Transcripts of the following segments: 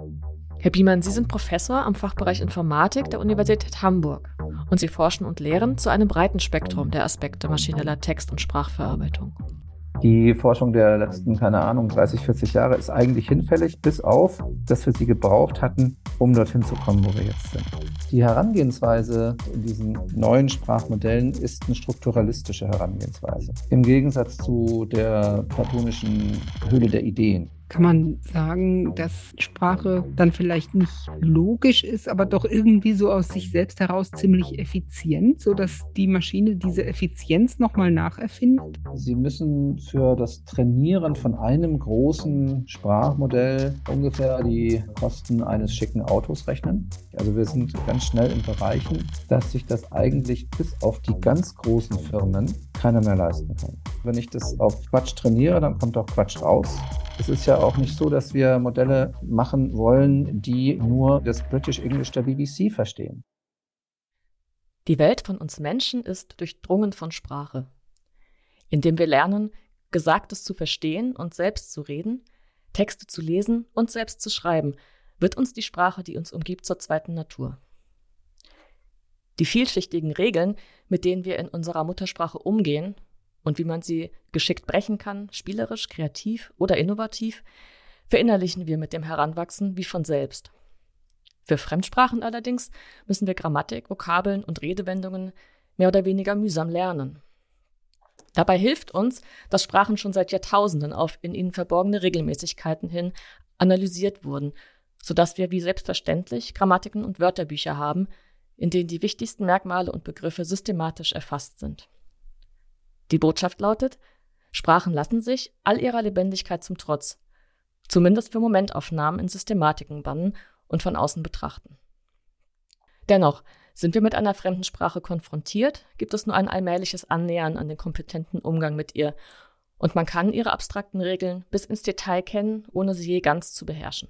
Herr Biemann, Sie sind Professor am Fachbereich Informatik der Universität Hamburg und Sie forschen und lehren zu einem breiten Spektrum der Aspekte maschineller Text- und Sprachverarbeitung. Die Forschung der letzten, 30, 40 Jahre ist eigentlich hinfällig, bis auf, dass wir sie gebraucht hatten, um dorthin zu kommen, wo wir jetzt sind. Die Herangehensweise in diesen neuen Sprachmodellen ist eine strukturalistische Herangehensweise. Im Gegensatz zu der platonischen Höhle der Ideen. Kann man sagen, dass Sprache dann vielleicht nicht logisch ist, aber doch irgendwie so aus sich selbst heraus ziemlich effizient, sodass die Maschine diese Effizienz nochmal nacherfindet? Sie müssen für das Trainieren von einem großen Sprachmodell ungefähr die Kosten eines schicken Autos rechnen. Also wir sind ganz schnell in Bereichen, dass sich das eigentlich bis auf die ganz großen Firmen keiner mehr leisten kann. Wenn ich das auf Quatsch trainiere, dann kommt auch Quatsch raus. Es ist ja auch nicht so, dass wir Modelle machen wollen, die nur das British English der BBC verstehen. Die Welt von uns Menschen ist durchdrungen von Sprache. Indem wir lernen, Gesagtes zu verstehen und selbst zu reden, Texte zu lesen und selbst zu schreiben, wird uns die Sprache, die uns umgibt, zur zweiten Natur. Die vielschichtigen Regeln, mit denen wir in unserer Muttersprache umgehen und wie man sie geschickt brechen kann, spielerisch, kreativ oder innovativ, verinnerlichen wir mit dem Heranwachsen wie von selbst. Für Fremdsprachen allerdings müssen wir Grammatik, Vokabeln und Redewendungen mehr oder weniger mühsam lernen. Dabei hilft uns, dass Sprachen schon seit Jahrtausenden auf in ihnen verborgene Regelmäßigkeiten hin analysiert wurden, sodass wir wie selbstverständlich Grammatiken und Wörterbücher haben, in denen die wichtigsten Merkmale und Begriffe systematisch erfasst sind. Die Botschaft lautet: Sprachen lassen sich, all ihrer Lebendigkeit zum Trotz, zumindest für Momentaufnahmen in Systematiken bannen und von außen betrachten. Dennoch, sind wir mit einer fremden Sprache konfrontiert, gibt es nur ein allmähliches Annähern an den kompetenten Umgang mit ihr und man kann ihre abstrakten Regeln bis ins Detail kennen, ohne sie je ganz zu beherrschen.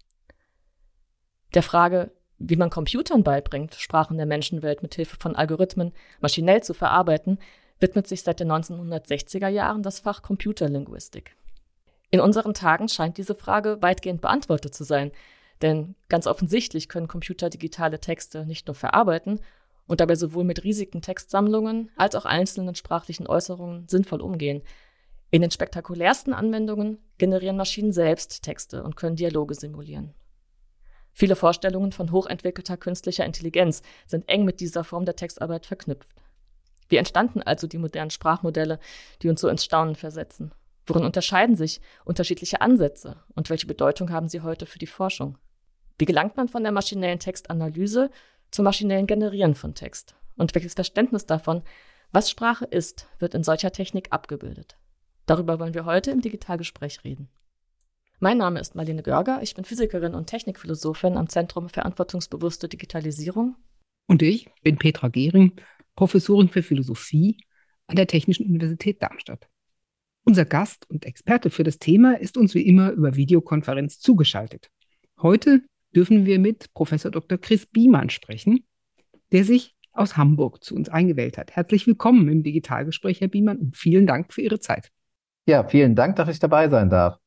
Der Frage, wie man Computern beibringt, Sprachen der Menschenwelt mit Hilfe von Algorithmen maschinell zu verarbeiten, widmet sich seit den 1960er Jahren das Fach Computerlinguistik. In unseren Tagen scheint diese Frage weitgehend beantwortet zu sein, denn ganz offensichtlich können Computer digitale Texte nicht nur verarbeiten und dabei sowohl mit riesigen Textsammlungen als auch einzelnen sprachlichen Äußerungen sinnvoll umgehen. In den spektakulärsten Anwendungen generieren Maschinen selbst Texte und können Dialoge simulieren. Viele Vorstellungen von hochentwickelter künstlicher Intelligenz sind eng mit dieser Form der Textarbeit verknüpft. Wie entstanden also die modernen Sprachmodelle, die uns so ins Staunen versetzen? Worin unterscheiden sich unterschiedliche Ansätze und welche Bedeutung haben sie heute für die Forschung? Wie gelangt man von der maschinellen Textanalyse zum maschinellen Generieren von Text? Und welches Verständnis davon, was Sprache ist, wird in solcher Technik abgebildet? Darüber wollen wir heute im Digitalgespräch reden. Mein Name ist Marlene Görger, ich bin Physikerin und Technikphilosophin am Zentrum für verantwortungsbewusste Digitalisierung. Und ich bin Petra Gehring, Professorin für Philosophie an der Technischen Universität Darmstadt. Unser Gast und Experte für das Thema ist uns wie immer über Videokonferenz zugeschaltet. Heute dürfen wir mit Professor Dr. Chris Biemann sprechen, der sich aus Hamburg zu uns eingewählt hat. Herzlich willkommen im Digitalgespräch, Herr Biemann, und vielen Dank für Ihre Zeit. Ja, vielen Dank, dass ich dabei sein darf.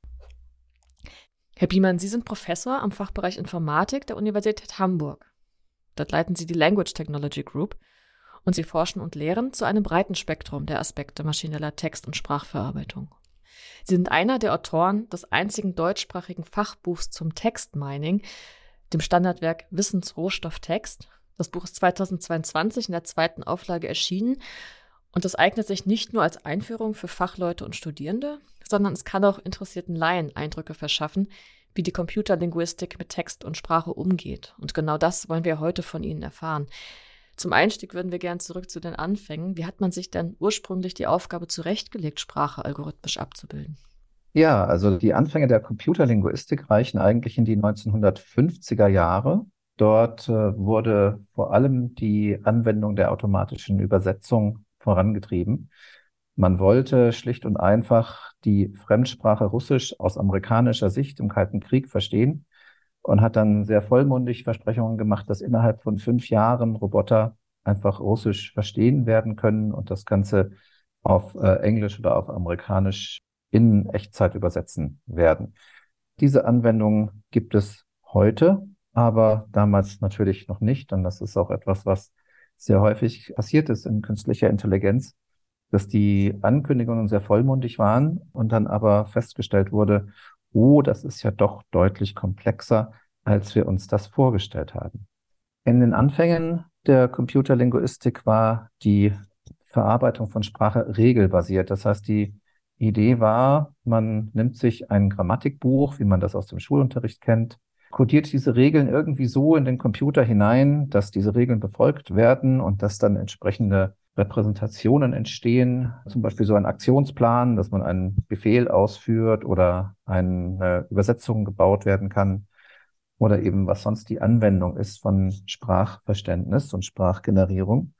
Herr Biemann, Sie sind Professor am Fachbereich Informatik der Universität Hamburg. Dort leiten Sie die Language Technology Group und Sie forschen und lehren zu einem breiten Spektrum der Aspekte maschineller Text- und Sprachverarbeitung. Sie sind einer der Autoren des einzigen deutschsprachigen Fachbuchs zum Textmining, dem Standardwerk Wissensrohstoff Text. Das Buch ist 2022 in der 2. Auflage erschienen und das eignet sich nicht nur als Einführung für Fachleute und Studierende, sondern es kann auch interessierten Laien Eindrücke verschaffen, wie die Computerlinguistik mit Text und Sprache umgeht. Und genau das wollen wir heute von Ihnen erfahren. Zum Einstieg würden wir gern zurück zu den Anfängen. Wie hat man sich denn ursprünglich die Aufgabe zurechtgelegt, Sprache algorithmisch abzubilden? Ja, also die Anfänge der Computerlinguistik reichen eigentlich in die 1950er Jahre. Dort wurde vor allem die Anwendung der automatischen Übersetzung vorangetrieben. Man wollte schlicht und einfach die Fremdsprache Russisch aus amerikanischer Sicht im Kalten Krieg verstehen und hat dann sehr vollmundig Versprechungen gemacht, dass innerhalb von 5 Jahren Roboter einfach Russisch verstehen werden können und das Ganze auf Englisch oder auf Amerikanisch in Echtzeit übersetzen werden. Diese Anwendung gibt es heute, aber damals natürlich noch nicht. Und das ist auch etwas, was sehr häufig passiert ist in künstlicher Intelligenz, dass die Ankündigungen sehr vollmundig waren und dann aber festgestellt wurde, oh, das ist ja doch deutlich komplexer, als wir uns das vorgestellt haben. In den Anfängen der Computerlinguistik war die Verarbeitung von Sprache regelbasiert. Das heißt, die Idee war, man nimmt sich ein Grammatikbuch, wie man das aus dem Schulunterricht kennt, kodiert diese Regeln irgendwie so in den Computer hinein, dass diese Regeln befolgt werden und dass dann entsprechende Repräsentationen entstehen, zum Beispiel so ein Aktionsplan, dass man einen Befehl ausführt oder eine Übersetzung gebaut werden kann oder eben was sonst die Anwendung ist von Sprachverständnis und Sprachgenerierung.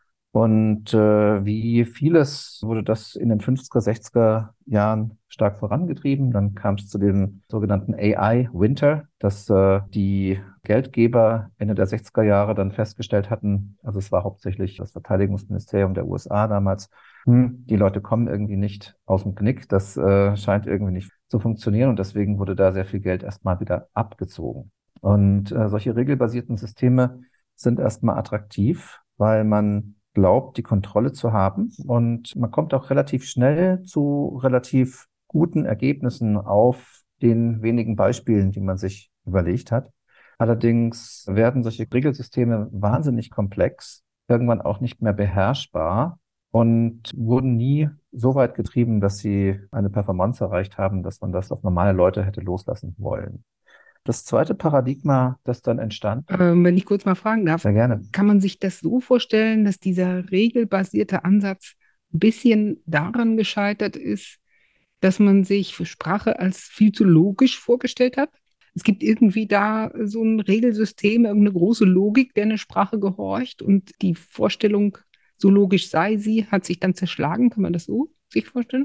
Und wie vieles wurde das in den 50er, 60er Jahren stark vorangetrieben. Dann kam es zu dem sogenannten AI-Winter, dass die Geldgeber Ende der 60er Jahre dann festgestellt hatten, also es war hauptsächlich das Verteidigungsministerium der USA damals, die Leute kommen irgendwie nicht aus dem Knick, das scheint irgendwie nicht zu funktionieren und deswegen wurde da sehr viel Geld erstmal wieder abgezogen. Und solche regelbasierten Systeme sind erstmal attraktiv, weil man glaubt, die Kontrolle zu haben. Und man kommt auch relativ schnell zu relativ guten Ergebnissen auf den wenigen Beispielen, die man sich überlegt hat. Allerdings werden solche Regelsysteme wahnsinnig komplex, irgendwann auch nicht mehr beherrschbar und wurden nie so weit getrieben, dass sie eine Performance erreicht haben, dass man das auf normale Leute hätte loslassen wollen. Das zweite Paradigma, das dann entstand, Wenn ich kurz mal fragen darf, sehr gerne. kann man sich das so vorstellen, dass dieser regelbasierte Ansatz ein bisschen daran gescheitert ist, dass man sich für Sprache als viel zu logisch vorgestellt hat? Es gibt irgendwie da so ein Regelsystem, irgendeine große Logik, der eine Sprache gehorcht und die Vorstellung, so logisch sei sie, hat sich dann zerschlagen. Kann man das so sich vorstellen?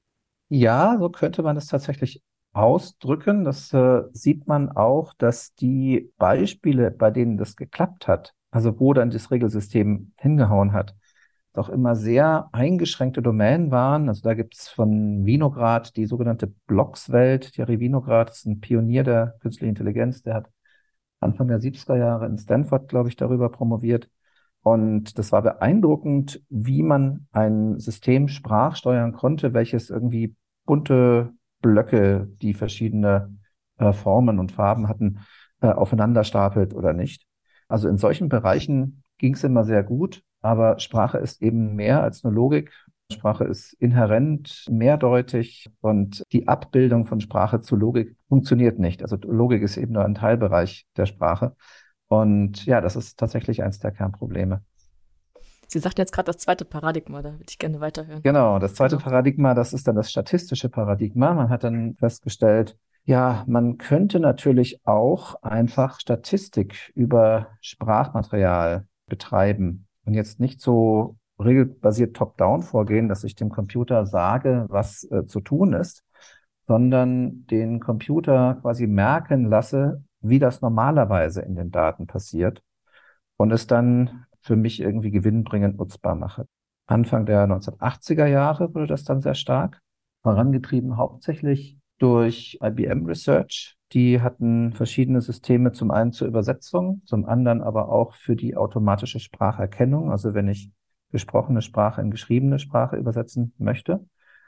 Ja, so könnte man es tatsächlich ausdrücken. Das sieht man auch, dass die Beispiele, bei denen das geklappt hat, also wo dann das Regelsystem hingehauen hat, doch immer sehr eingeschränkte Domänen waren. Also da gibt es von Winograd die sogenannte Blockswelt. Thierry Winograd ist ein Pionier der künstlichen Intelligenz. Der hat Anfang der 70er Jahre in Stanford, glaube ich, darüber promoviert. Und das war beeindruckend, wie man ein System sprachsteuern konnte, welches irgendwie bunte Blöcke, die verschiedene Formen und Farben hatten, aufeinander stapelt oder nicht. Also in solchen Bereichen ging es immer sehr gut, aber Sprache ist eben mehr als nur Logik. Sprache ist inhärent, mehrdeutig und die Abbildung von Sprache zu Logik funktioniert nicht. Also Logik ist eben nur ein Teilbereich der Sprache. Und ja, das ist tatsächlich eins der Kernprobleme. Sie sagt jetzt gerade das zweite Paradigma, da würde ich gerne weiterhören. Genau, das zweite Genau. Paradigma, das ist dann das statistische Paradigma. Man hat dann festgestellt, ja, man könnte natürlich auch einfach Statistik über Sprachmaterial betreiben und jetzt nicht so regelbasiert top-down vorgehen, dass ich dem Computer sage, was zu tun ist, sondern den Computer quasi merken lasse, wie das normalerweise in den Daten passiert und es dann für mich irgendwie gewinnbringend nutzbar mache. Anfang der 1980er Jahre wurde das dann sehr stark vorangetrieben, hauptsächlich durch IBM Research. Die hatten verschiedene Systeme, zum einen zur Übersetzung, zum anderen aber auch für die automatische Spracherkennung, also wenn ich gesprochene Sprache in geschriebene Sprache übersetzen möchte.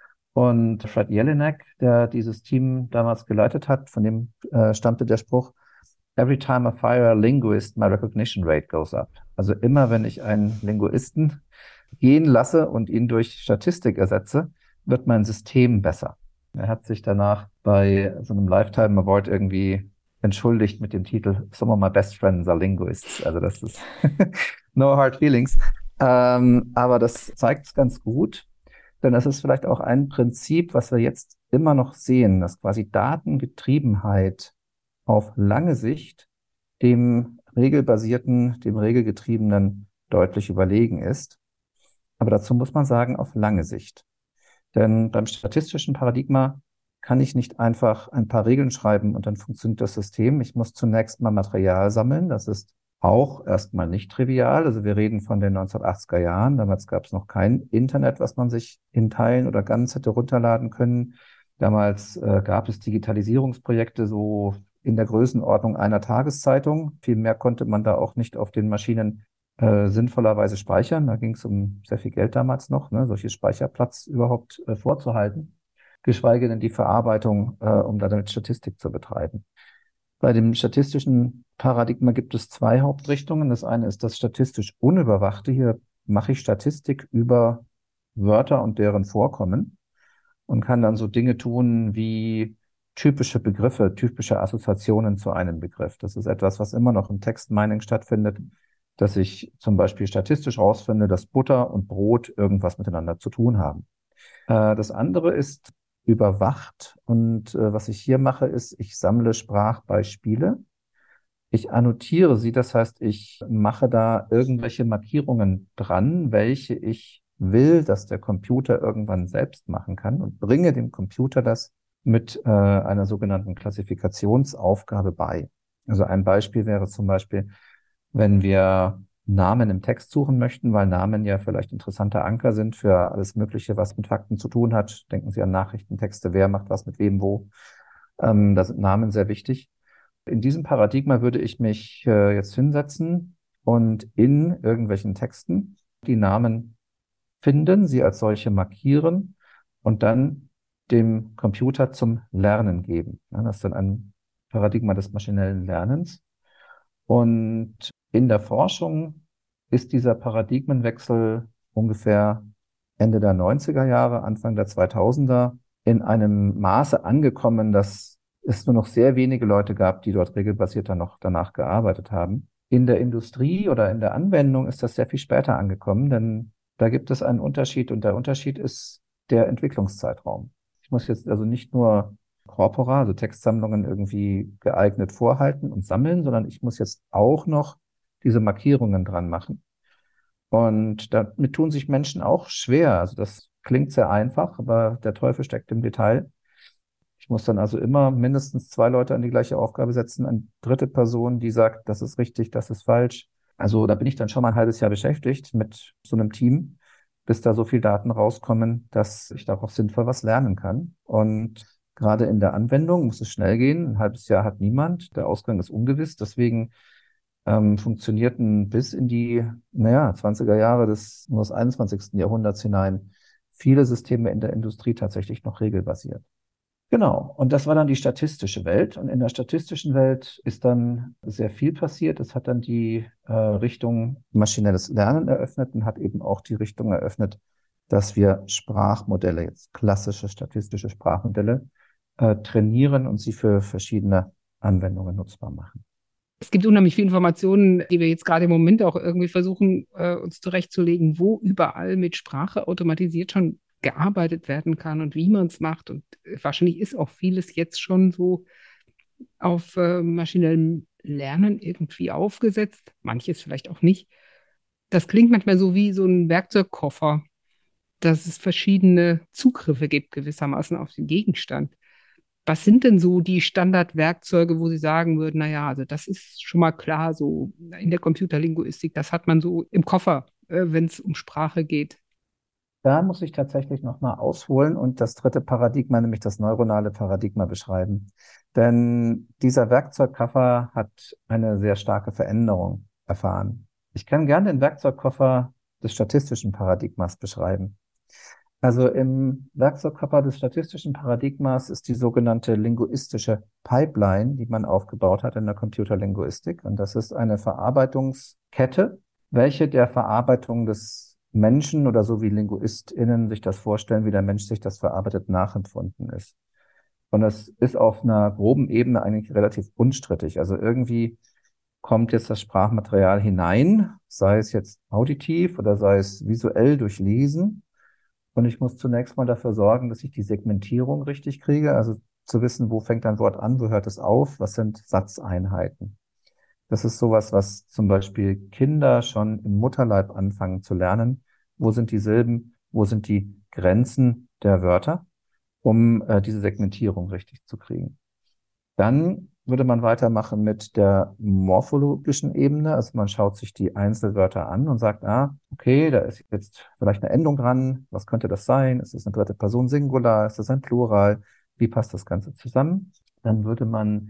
Und Fred Jelinek, der dieses Team damals geleitet hat, von dem stammte der Spruch, Every time I fire a linguist, my recognition rate goes up. Also immer, wenn ich einen Linguisten gehen lasse und ihn durch Statistik ersetze, wird mein System besser. Er hat sich danach bei so einem Lifetime Award irgendwie entschuldigt mit dem Titel Some of my best friends are linguists. Also das ist no hard feelings. Aber das zeigt es ganz gut, denn es ist vielleicht auch ein Prinzip, was wir jetzt immer noch sehen, dass quasi Datengetriebenheit auf lange Sicht dem regelbasierten, dem regelgetriebenen deutlich überlegen ist. Aber dazu muss man sagen, auf lange Sicht. Denn beim statistischen Paradigma kann ich nicht einfach ein paar Regeln schreiben und dann funktioniert das System. Ich muss zunächst mal Material sammeln. Das ist auch erstmal nicht trivial. Also wir reden von den 1980er Jahren. Damals gab es noch kein Internet, was man sich in Teilen oder ganz hätte runterladen können. Damals gab es Digitalisierungsprojekte so in der Größenordnung einer Tageszeitung. Viel mehr konnte man da auch nicht auf den Maschinen sinnvollerweise speichern. Da ging es um sehr viel Geld damals noch, ne, solche Speicherplatz überhaupt vorzuhalten, geschweige denn die Verarbeitung, um da damit Statistik zu betreiben. Bei dem statistischen Paradigma gibt es zwei Hauptrichtungen. Das eine ist das statistisch Unüberwachte. Hier mache ich Statistik über Wörter und deren Vorkommen und kann dann so Dinge tun wie typische Begriffe, typische Assoziationen zu einem Begriff. Das ist etwas, was immer noch im Textmining stattfindet, dass ich zum Beispiel statistisch rausfinde, dass Butter und Brot irgendwas miteinander zu tun haben. Das andere ist überwacht und was ich hier mache, ist, ich sammle Sprachbeispiele. Ich annotiere sie, das heißt, ich mache da irgendwelche Markierungen dran, welche ich will, dass der Computer irgendwann selbst machen kann und bringe dem Computer das mit einer sogenannten Klassifikationsaufgabe bei. Also ein Beispiel wäre zum Beispiel, wenn wir Namen im Text suchen möchten, weil Namen ja vielleicht interessante Anker sind für alles Mögliche, was mit Fakten zu tun hat. Denken Sie an Nachrichtentexte, wer macht was mit wem wo. Da sind Namen sehr wichtig. In diesem Paradigma würde ich mich jetzt hinsetzen und in irgendwelchen Texten die Namen finden, sie als solche markieren und dann dem Computer zum Lernen geben. Ja, das ist dann ein Paradigma des maschinellen Lernens. Und in der Forschung ist dieser Paradigmenwechsel ungefähr Ende der 90er Jahre, Anfang der 2000er in einem Maße angekommen, dass es nur noch sehr wenige Leute gab, die dort regelbasiert dann noch danach gearbeitet haben. In der Industrie oder in der Anwendung ist das sehr viel später angekommen, denn da gibt es einen Unterschied und der Unterschied ist der Entwicklungszeitraum. Ich muss jetzt also nicht nur Corpora, also Textsammlungen irgendwie geeignet vorhalten und sammeln, sondern ich muss jetzt auch noch diese Markierungen dran machen. Und damit tun sich Menschen auch schwer. Also das klingt sehr einfach, aber der Teufel steckt im Detail. Ich muss dann also immer mindestens 2 Leute an die gleiche Aufgabe setzen, eine dritte Person, die sagt, das ist richtig, das ist falsch. Also da bin ich dann schon mal ein halbes Jahr beschäftigt mit so einem Team, bis da so viel Daten rauskommen, dass ich daraus sinnvoll was lernen kann. Und gerade in der Anwendung muss es schnell gehen. Ein halbes Jahr hat niemand. Der Ausgang ist ungewiss. Deswegen funktionierten bis in die 20er Jahre des 21. Jahrhunderts hinein viele Systeme in der Industrie tatsächlich noch regelbasiert. Genau, und das war dann die statistische Welt. Und in der statistischen Welt ist dann sehr viel passiert. Es hat dann die Richtung maschinelles Lernen eröffnet und hat eben auch die Richtung eröffnet, dass wir Sprachmodelle, jetzt klassische statistische Sprachmodelle, trainieren und sie für verschiedene Anwendungen nutzbar machen. Es gibt unheimlich viele Informationen, die wir jetzt gerade im Moment auch irgendwie versuchen, uns zurechtzulegen, wo überall mit Sprache automatisiert schon gearbeitet werden kann und wie man es macht. Und wahrscheinlich ist auch vieles jetzt schon so auf maschinellem Lernen irgendwie aufgesetzt, manches vielleicht auch nicht. Das klingt manchmal so wie so ein Werkzeugkoffer, dass es verschiedene Zugriffe gibt gewissermaßen auf den Gegenstand. Was sind denn so die Standardwerkzeuge, wo Sie sagen würden, naja, also das ist schon mal klar, so in der Computerlinguistik, das hat man so im Koffer, wenn es um Sprache geht? Da muss ich tatsächlich nochmal ausholen und das dritte Paradigma, nämlich das neuronale Paradigma, beschreiben. Denn dieser Werkzeugkoffer hat eine sehr starke Veränderung erfahren. Ich kann gerne den Werkzeugkoffer des statistischen Paradigmas beschreiben. Also im Werkzeugkoffer des statistischen Paradigmas ist die sogenannte linguistische Pipeline, die man aufgebaut hat in der Computerlinguistik. Und das ist eine Verarbeitungskette, welche der Verarbeitung des Menschen oder so wie LinguistInnen sich das vorstellen, wie der Mensch sich das verarbeitet, nachempfunden ist. Und das ist auf einer groben Ebene eigentlich relativ unstrittig. Also irgendwie kommt jetzt das Sprachmaterial hinein, sei es jetzt auditiv oder sei es visuell durch Lesen. Und ich muss zunächst mal dafür sorgen, dass ich die Segmentierung richtig kriege, also zu wissen, wo fängt ein Wort an, wo hört es auf, was sind Satzeinheiten. Das ist sowas, was zum Beispiel Kinder schon im Mutterleib anfangen zu lernen. Wo sind die Silben, wo sind die Grenzen der Wörter, um diese Segmentierung richtig zu kriegen. Dann würde man weitermachen mit der morphologischen Ebene. Also man schaut sich die Einzelwörter an und sagt, okay, da ist jetzt vielleicht eine Endung dran. Was könnte das sein? Ist es eine dritte Person Singular? Ist das ein Plural? Wie passt das Ganze zusammen? Dann würde man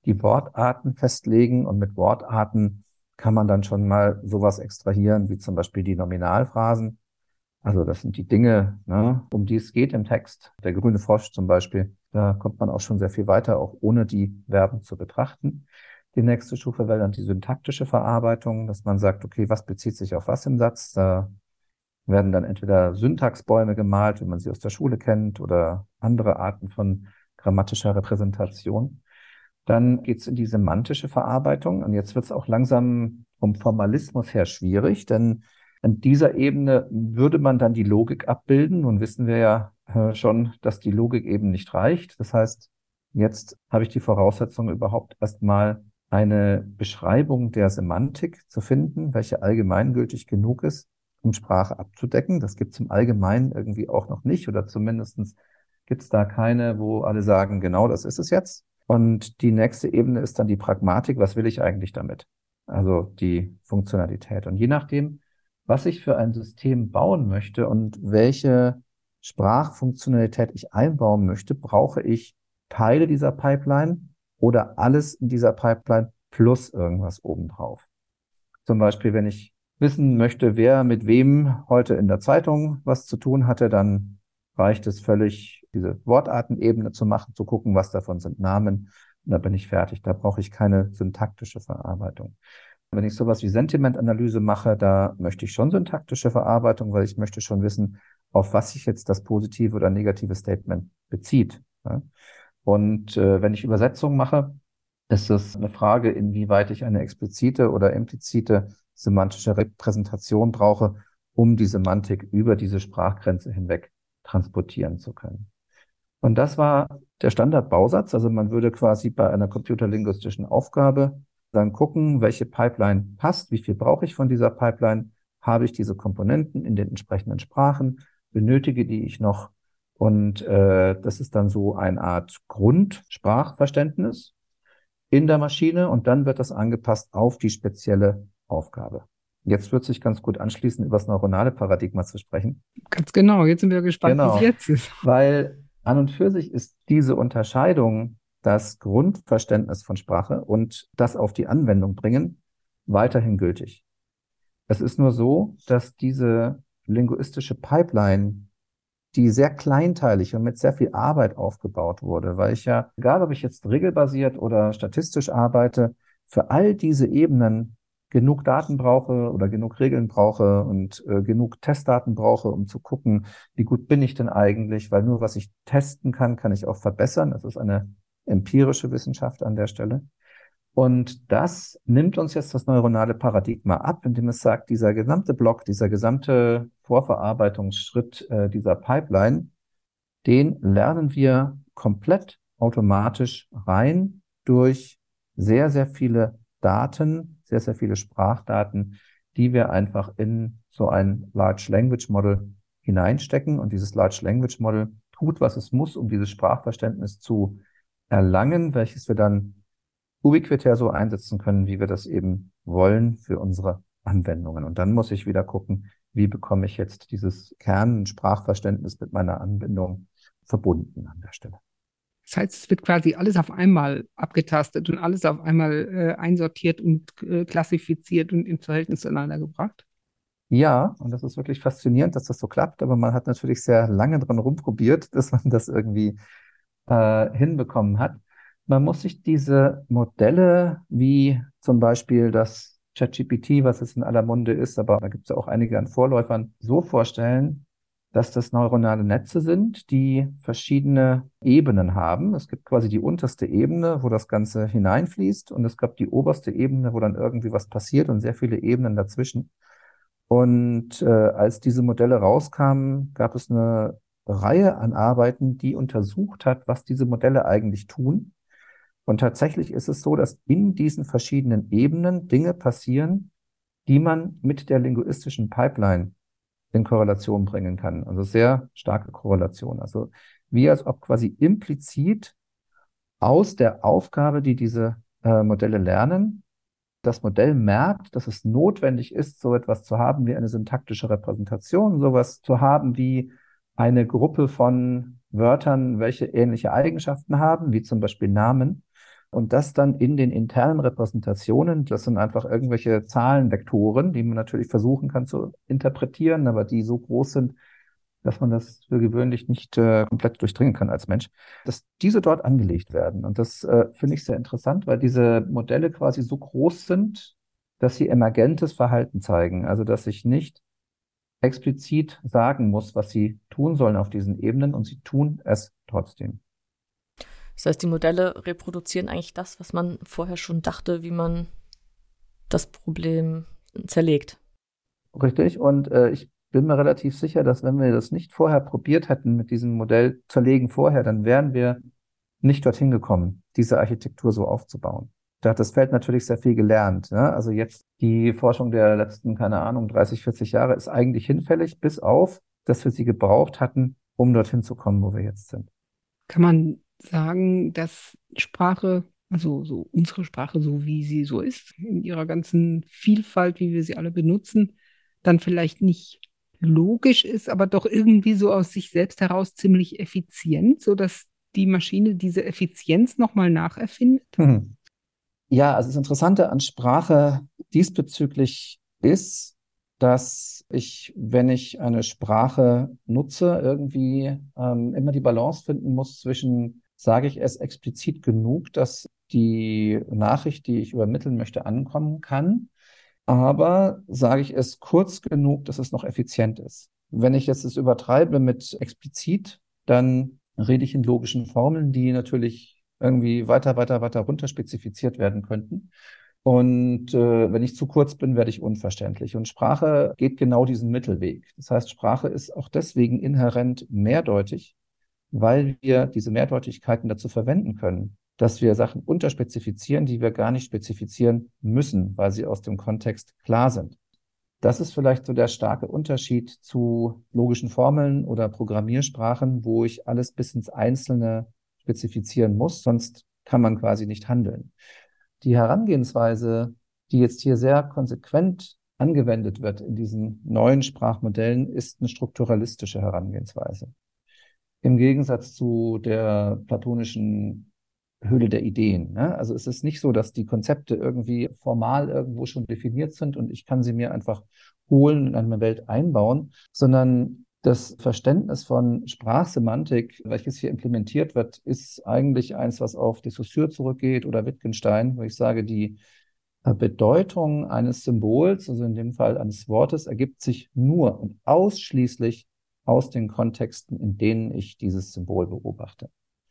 die Wortarten festlegen und mit Wortarten kann man dann schon mal sowas extrahieren, wie zum Beispiel die Nominalphrasen. Also das sind die Dinge, ne, um die es geht im Text. Der grüne Frosch zum Beispiel, da kommt man auch schon sehr viel weiter, auch ohne die Verben zu betrachten. Die nächste Stufe wäre dann die syntaktische Verarbeitung, dass man sagt, okay, was bezieht sich auf was im Satz? Da werden dann entweder Syntaxbäume gemalt, wie man sie aus der Schule kennt, oder andere Arten von grammatischer Repräsentation. Dann geht's in die semantische Verarbeitung. Und jetzt wird es auch langsam vom Formalismus her schwierig, denn an dieser Ebene würde man dann die Logik abbilden. Nun wissen wir ja schon, dass die Logik eben nicht reicht. Das heißt, jetzt habe ich die Voraussetzung, überhaupt erstmal eine Beschreibung der Semantik zu finden, welche allgemeingültig genug ist, um Sprache abzudecken. Das gibt es im Allgemeinen irgendwie auch noch nicht, oder zumindest gibt es da keine, wo alle sagen, genau das ist es jetzt. Und die nächste Ebene ist dann die Pragmatik. Was will ich eigentlich damit? Also die Funktionalität. Und je nachdem, was ich für ein System bauen möchte und welche Sprachfunktionalität ich einbauen möchte, brauche ich Teile dieser Pipeline oder alles in dieser Pipeline plus irgendwas obendrauf. Zum Beispiel, wenn ich wissen möchte, wer mit wem heute in der Zeitung was zu tun hatte, dann reicht es völlig, diese Wortartenebene zu machen, zu gucken, was davon sind Namen. Und da bin ich fertig. Da brauche ich keine syntaktische Verarbeitung. Wenn ich sowas wie Sentimentanalyse mache, da möchte ich schon syntaktische Verarbeitung, weil ich möchte schon wissen, auf was sich jetzt das positive oder negative Statement bezieht. Ja? Und wenn ich Übersetzung mache, ist es eine Frage, inwieweit ich eine explizite oder implizite semantische Repräsentation brauche, um die Semantik über diese Sprachgrenze hinweg transportieren zu können. Und das war der Standardbausatz. Also man würde quasi bei einer computerlinguistischen Aufgabe dann gucken, welche Pipeline passt, wie viel brauche ich von dieser Pipeline, habe ich diese Komponenten in den entsprechenden Sprachen, benötige die ich noch. Und das ist dann so eine Art Grundsprachverständnis in der Maschine und dann wird das angepasst auf die spezielle Aufgabe. Jetzt wird sich ganz gut anschließen, über das neuronale Paradigma zu sprechen. Ganz genau, jetzt sind wir gespannt, wie es Genau, jetzt ist. weil an und für sich ist diese Unterscheidung, das Grundverständnis von Sprache und das auf die Anwendung bringen, weiterhin gültig. Es ist nur so, dass diese linguistische Pipeline, die sehr kleinteilig und mit sehr viel Arbeit aufgebaut wurde, weil ich ja, egal ob ich jetzt regelbasiert oder statistisch arbeite, für all diese Ebenen genug Daten brauche oder genug Regeln brauche und genug Testdaten brauche, um zu gucken, wie gut bin ich denn eigentlich, weil nur was ich testen kann, kann ich auch verbessern. Das ist eine empirische Wissenschaft an der Stelle. Und das nimmt uns jetzt das neuronale Paradigma ab, indem es sagt, dieser gesamte Block, dieser gesamte Vorverarbeitungsschritt dieser Pipeline, den lernen wir komplett automatisch rein durch sehr, sehr viele Daten, sehr, sehr viele Sprachdaten, die wir einfach in so ein Large Language Model hineinstecken. Und dieses Large Language Model tut, was es muss, um dieses Sprachverständnis zu erlangen, welches wir dann ubiquitär so einsetzen können, wie wir das eben wollen für unsere Anwendungen. Und dann muss ich wieder gucken, wie bekomme ich jetzt dieses Kernsprachverständnis mit meiner Anbindung verbunden an der Stelle. Das heißt, es wird quasi alles auf einmal abgetastet und alles auf einmal einsortiert und klassifiziert und ins Verhältnis zueinander gebracht. Ja, und das ist wirklich faszinierend, dass das so klappt, aber man hat natürlich sehr lange dran rumprobiert, dass man das irgendwie hinbekommen hat. Man muss sich diese Modelle wie zum Beispiel das ChatGPT, was es in aller Munde ist, aber da gibt es ja auch einige an Vorläufern, so vorstellen, dass das neuronale Netze sind, die verschiedene Ebenen haben. Es gibt quasi die unterste Ebene, wo das Ganze hineinfließt, und es gab die oberste Ebene, wo dann irgendwie was passiert, und sehr viele Ebenen dazwischen. Und als diese Modelle rauskamen, gab es eine Reihe an Arbeiten, die untersucht hat, was diese Modelle eigentlich tun. Und tatsächlich ist es so, dass in diesen verschiedenen Ebenen Dinge passieren, die man mit der linguistischen Pipeline in Korrelation bringen kann. Also sehr starke Korrelation. Also wie als ob quasi implizit aus der Aufgabe, die diese Modelle lernen, das Modell merkt, dass es notwendig ist, so etwas zu haben wie eine syntaktische Repräsentation, sowas zu haben wie eine Gruppe von Wörtern, welche ähnliche Eigenschaften haben, wie zum Beispiel Namen. Und das dann in den internen Repräsentationen, das sind einfach irgendwelche Zahlenvektoren, die man natürlich versuchen kann zu interpretieren, aber die so groß sind, dass man das für gewöhnlich nicht komplett durchdringen kann als Mensch, dass diese dort angelegt werden. Und das finde ich sehr interessant, weil diese Modelle quasi so groß sind, dass sie emergentes Verhalten zeigen. Also dass ich nicht explizit sagen muss, was sie tun sollen auf diesen Ebenen, und sie tun es trotzdem. Das heißt, die Modelle reproduzieren eigentlich das, was man vorher schon dachte, wie man das Problem zerlegt. Richtig. Und ich bin mir relativ sicher, dass wenn wir das nicht vorher probiert hätten mit diesem Modell zerlegen vorher, dann wären wir nicht dorthin gekommen, diese Architektur so aufzubauen. Da hat das Feld natürlich sehr viel gelernt. Ne? Also jetzt die Forschung der letzten, keine Ahnung, 30, 40 Jahre ist eigentlich hinfällig, bis auf, dass wir sie gebraucht hatten, um dorthin zu kommen, wo wir jetzt sind. Kann man sagen, dass Sprache, also so unsere Sprache, so wie sie so ist, in ihrer ganzen Vielfalt, wie wir sie alle benutzen, dann vielleicht nicht logisch ist, aber doch irgendwie so aus sich selbst heraus ziemlich effizient, sodass die Maschine diese Effizienz nochmal nacherfindet? Mhm. Ja, also das Interessante an Sprache diesbezüglich ist, dass ich, wenn ich eine Sprache nutze, irgendwie immer die Balance finden muss zwischen, sage ich es explizit genug, dass die Nachricht, die ich übermitteln möchte, ankommen kann, aber sage ich es kurz genug, dass es noch effizient ist. Wenn ich jetzt es übertreibe mit explizit, dann rede ich in logischen Formeln, die natürlich irgendwie weiter runter spezifiziert werden könnten. Und wenn ich zu kurz bin, werde ich unverständlich. Und Sprache geht genau diesen Mittelweg. Das heißt, Sprache ist auch deswegen inhärent mehrdeutig, weil wir diese Mehrdeutigkeiten dazu verwenden können, dass wir Sachen unterspezifizieren, die wir gar nicht spezifizieren müssen, weil sie aus dem Kontext klar sind. Das ist vielleicht so der starke Unterschied zu logischen Formeln oder Programmiersprachen, wo ich alles bis ins Einzelne spezifizieren muss, sonst kann man quasi nicht handeln. Die Herangehensweise, die jetzt hier sehr konsequent angewendet wird in diesen neuen Sprachmodellen, ist eine strukturalistische Herangehensweise. Im Gegensatz zu der platonischen Höhle der Ideen. Ne? Also es ist nicht so, dass die Konzepte irgendwie formal irgendwo schon definiert sind und ich kann sie mir einfach holen und in eine Welt einbauen, sondern das Verständnis von Sprachsemantik, welches hier implementiert wird, ist eigentlich eins, was auf de Saussure zurückgeht oder Wittgenstein, wo ich sage, die Bedeutung eines Symbols, also in dem Fall eines Wortes, ergibt sich nur und ausschließlich aus den Kontexten, in denen ich dieses Symbol beobachte.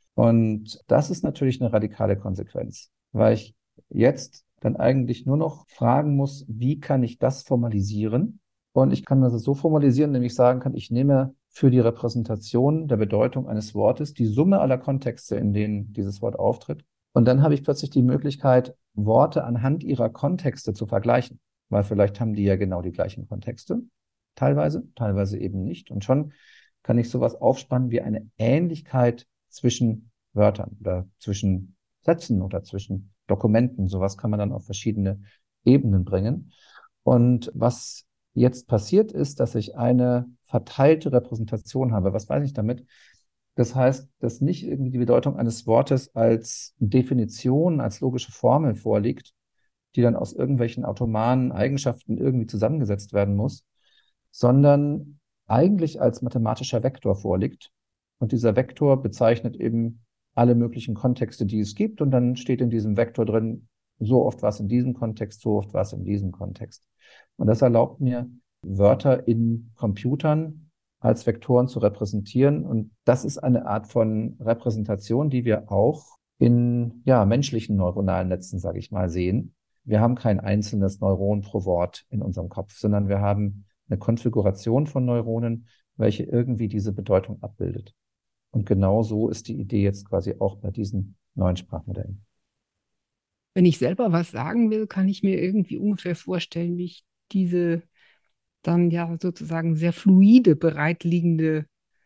Und das ist natürlich eine radikale Konsequenz, weil ich jetzt dann eigentlich nur noch fragen muss, wie kann ich das formalisieren? Und ich kann das so formalisieren, indem ich sagen kann, ich nehme für die Repräsentation der Bedeutung eines Wortes die Summe aller Kontexte, in denen dieses Wort auftritt. Und dann habe ich plötzlich die Möglichkeit, Worte anhand ihrer Kontexte zu vergleichen, weil vielleicht haben die ja genau die gleichen Kontexte, teilweise eben nicht. Und schon kann ich sowas aufspannen wie eine Ähnlichkeit zwischen Wörtern oder zwischen Sätzen oder zwischen Dokumenten. Sowas kann man dann auf verschiedene Ebenen bringen. Und was jetzt passiert ist, dass ich eine verteilte Repräsentation habe. Was meine ich damit? Das heißt, dass nicht irgendwie die Bedeutung eines Wortes als Definition, als logische Formel vorliegt, die dann aus irgendwelchen automanen Eigenschaften irgendwie zusammengesetzt werden muss, sondern eigentlich als mathematischer Vektor vorliegt. Und dieser Vektor bezeichnet eben alle möglichen Kontexte, die es gibt. Und dann steht in diesem Vektor drin, so oft war es in diesem Kontext, so oft war es in diesem Kontext. Und das erlaubt mir, Wörter in Computern als Vektoren zu repräsentieren. Und das ist eine Art von Repräsentation, die wir auch in menschlichen neuronalen Netzen, sage ich mal, sehen. Wir haben kein einzelnes Neuron pro Wort in unserem Kopf, sondern wir haben eine Konfiguration von Neuronen, welche irgendwie diese Bedeutung abbildet. Und genau so ist die Idee jetzt quasi auch bei diesen neuen Sprachmodellen. Wenn ich selber was sagen will, kann ich mir irgendwie ungefähr vorstellen, wie ich diese dann ja sozusagen sehr fluide bereitliegende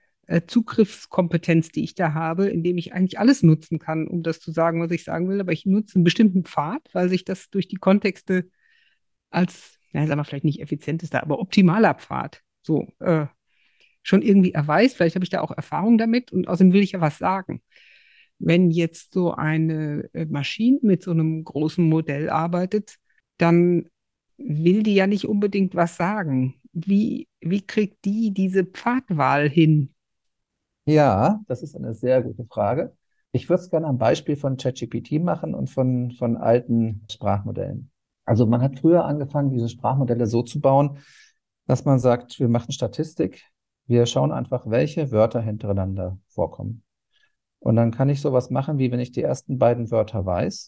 Zugriffskompetenz, die ich da habe, indem ich eigentlich alles nutzen kann, um das zu sagen, was ich sagen will, aber ich nutze einen bestimmten Pfad, weil sich das durch die Kontexte als, ja, sagen wir vielleicht nicht effizientester, aber optimaler Pfad so schon irgendwie erweist. Vielleicht habe ich da auch Erfahrung damit und außerdem will ich ja was sagen. Wenn jetzt so eine Maschine mit so einem großen Modell arbeitet, dann will die ja nicht unbedingt was sagen. Wie kriegt die diese Pfadwahl hin? Ja, das ist eine sehr gute Frage. Ich würde es gerne am Beispiel von ChatGPT machen und von alten Sprachmodellen. Also man hat früher angefangen, diese Sprachmodelle so zu bauen, dass man sagt, wir machen Statistik, wir schauen einfach, welche Wörter hintereinander vorkommen. Und dann kann ich sowas machen, wie wenn ich die ersten beiden Wörter weiß,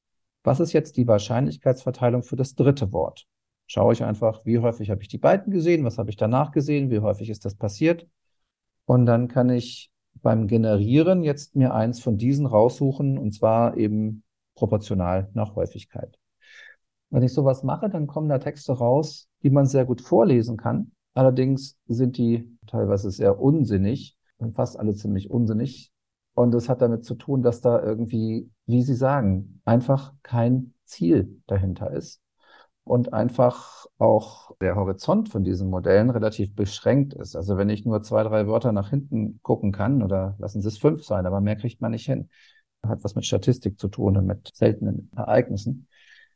was ist jetzt die Wahrscheinlichkeitsverteilung für das dritte Wort? Schaue ich einfach, wie häufig habe ich die beiden gesehen, was habe ich danach gesehen, wie häufig ist das passiert? Und dann kann ich beim Generieren jetzt mir eins von diesen raussuchen, und zwar eben proportional nach Häufigkeit. Wenn ich sowas mache, dann kommen da Texte raus, die man sehr gut vorlesen kann. Allerdings sind die teilweise sehr unsinnig und fast alle ziemlich unsinnig. Und das hat damit zu tun, dass da irgendwie, wie Sie sagen, einfach kein Ziel dahinter ist und einfach auch der Horizont von diesen Modellen relativ beschränkt ist. Also wenn ich nur zwei, drei Wörter nach hinten gucken kann, oder lassen Sie es fünf sein, aber mehr kriegt man nicht hin, hat was mit Statistik zu tun und mit seltenen Ereignissen,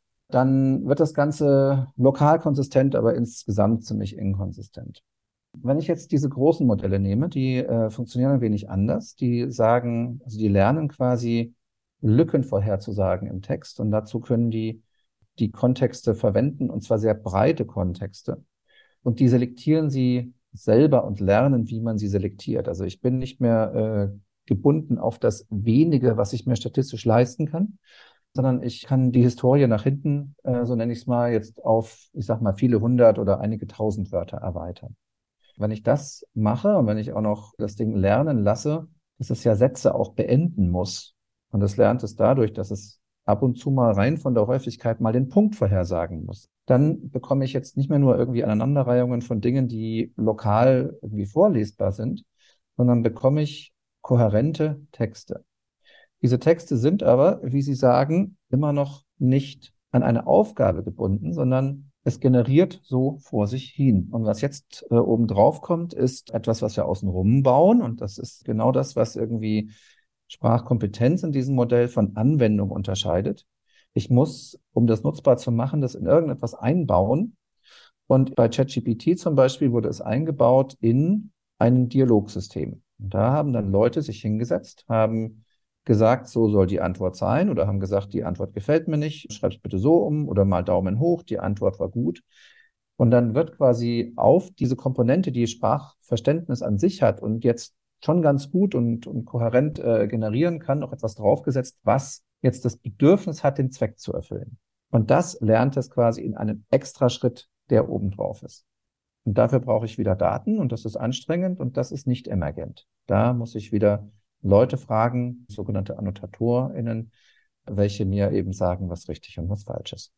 dann wird das Ganze lokal konsistent, aber insgesamt ziemlich inkonsistent. Wenn ich jetzt diese großen Modelle nehme, die funktionieren ein wenig anders. Die sagen, also die lernen quasi Lücken vorherzusagen im Text, und dazu können die Kontexte verwenden, und zwar sehr breite Kontexte. Und die selektieren sie selber und lernen, wie man sie selektiert. Also ich bin nicht mehr gebunden auf das wenige, was ich mir statistisch leisten kann, sondern ich kann die Historie nach hinten, so nenne ich es mal, jetzt auf, ich sag mal, viele hundert oder einige tausend Wörter erweitern. Wenn ich das mache und wenn ich auch noch das Ding lernen lasse, dass es ja Sätze auch beenden muss. Und das lernt es dadurch, dass es ab und zu mal rein von der Häufigkeit mal den Punkt vorhersagen muss. Dann bekomme ich jetzt nicht mehr nur irgendwie Aneinanderreihungen von Dingen, die lokal irgendwie vorlesbar sind, sondern bekomme ich kohärente Texte. Diese Texte sind aber, wie Sie sagen, immer noch nicht an eine Aufgabe gebunden, sondern es generiert so vor sich hin. Und was jetzt oben drauf kommt, ist etwas, was wir außenrum bauen. Und das ist genau das, was irgendwie Sprachkompetenz in diesem Modell von Anwendung unterscheidet. Ich muss, um das nutzbar zu machen, das in irgendetwas einbauen. Und bei ChatGPT zum Beispiel wurde es eingebaut in ein Dialogsystem. Und da haben dann Leute sich hingesetzt, haben gesagt, so soll die Antwort sein, oder haben gesagt, die Antwort gefällt mir nicht, schreib es bitte so um, oder mal Daumen hoch, die Antwort war gut. Und dann wird quasi auf diese Komponente, die Sprachverständnis an sich hat und jetzt schon ganz gut und kohärent generieren kann, noch etwas draufgesetzt, was jetzt das Bedürfnis hat, den Zweck zu erfüllen. Und das lernt es quasi in einem Extraschritt, der oben drauf ist. Und dafür brauche ich wieder Daten, und das ist anstrengend und das ist nicht emergent. Da muss ich wieder Leute fragen, sogenannte AnnotatorInnen, welche mir eben sagen, was richtig und was falsch ist.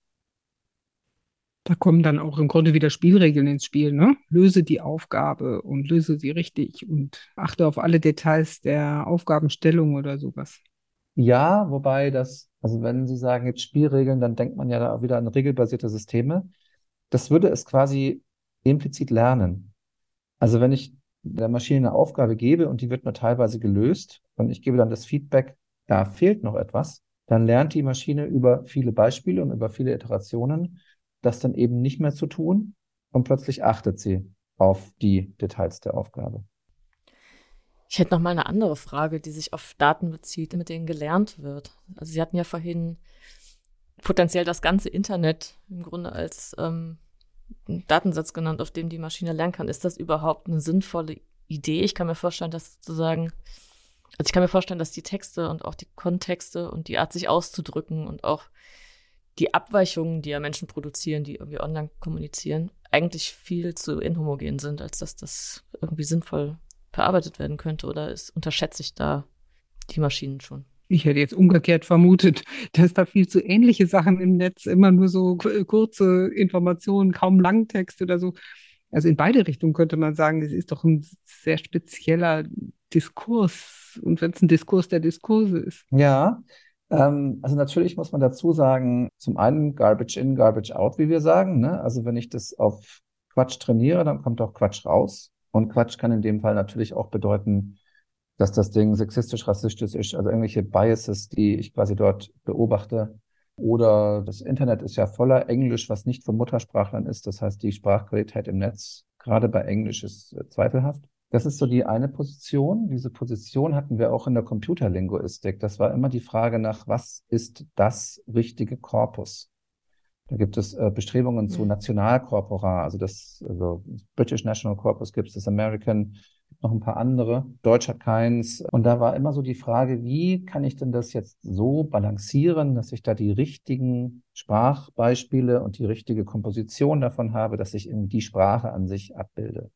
Da kommen dann auch im Grunde wieder Spielregeln ins Spiel, ne? Löse die Aufgabe und löse sie richtig und achte auf alle Details der Aufgabenstellung oder sowas. Ja, wobei das, also wenn Sie sagen jetzt Spielregeln, dann denkt man ja da auch wieder an regelbasierte Systeme. Das würde es quasi implizit lernen. Also wenn ich der Maschine eine Aufgabe gebe und die wird nur teilweise gelöst und ich gebe dann das Feedback, da fehlt noch etwas, dann lernt die Maschine über viele Beispiele und über viele Iterationen, das dann eben nicht mehr zu tun, und plötzlich achtet sie auf die Details der Aufgabe. Ich hätte noch mal eine andere Frage, die sich auf Daten bezieht, mit denen gelernt wird. Also Sie hatten ja vorhin potenziell das ganze Internet im Grunde als einen Datensatz genannt, auf dem die Maschine lernen kann. Ist das überhaupt eine sinnvolle Idee? Ich kann mir vorstellen, dass sozusagen, also ich kann mir vorstellen, dass die Texte und auch die Kontexte und die Art, sich auszudrücken und auch die Abweichungen, die ja Menschen produzieren, die irgendwie online kommunizieren, eigentlich viel zu inhomogen sind, als dass das irgendwie sinnvoll verarbeitet werden könnte. Oder unterschätze ich da die Maschinen schon? Ich hätte jetzt umgekehrt vermutet, dass da viel zu ähnliche Sachen im Netz, immer nur so kurze Informationen, kaum Langtext oder so. Also in beide Richtungen könnte man sagen, es ist doch ein sehr spezieller Diskurs. Und wenn es ein Diskurs der Diskurse ist. Ja, also natürlich muss man dazu sagen, zum einen Garbage in, Garbage out, wie wir sagen, ne? Also wenn ich das auf Quatsch trainiere, dann kommt auch Quatsch raus. Und Quatsch kann in dem Fall natürlich auch bedeuten, dass das Ding sexistisch, rassistisch ist, also irgendwelche Biases, die ich quasi dort beobachte. Oder das Internet ist ja voller Englisch, was nicht von Muttersprachlern ist. Das heißt, die Sprachqualität im Netz, gerade bei Englisch, ist zweifelhaft. Das ist so die eine Position. Diese Position hatten wir auch in der Computerlinguistik. Das war immer die Frage nach, was ist das richtige Korpus? Da gibt es Bestrebungen zu Nationalkorpora, also British National Corpus gibt es, das American, noch ein paar andere. Deutsch hat keins. Und da war immer so die Frage, wie kann ich denn das jetzt so balancieren, dass ich da die richtigen Sprachbeispiele und die richtige Komposition davon habe, dass ich eben die Sprache an sich abbilde.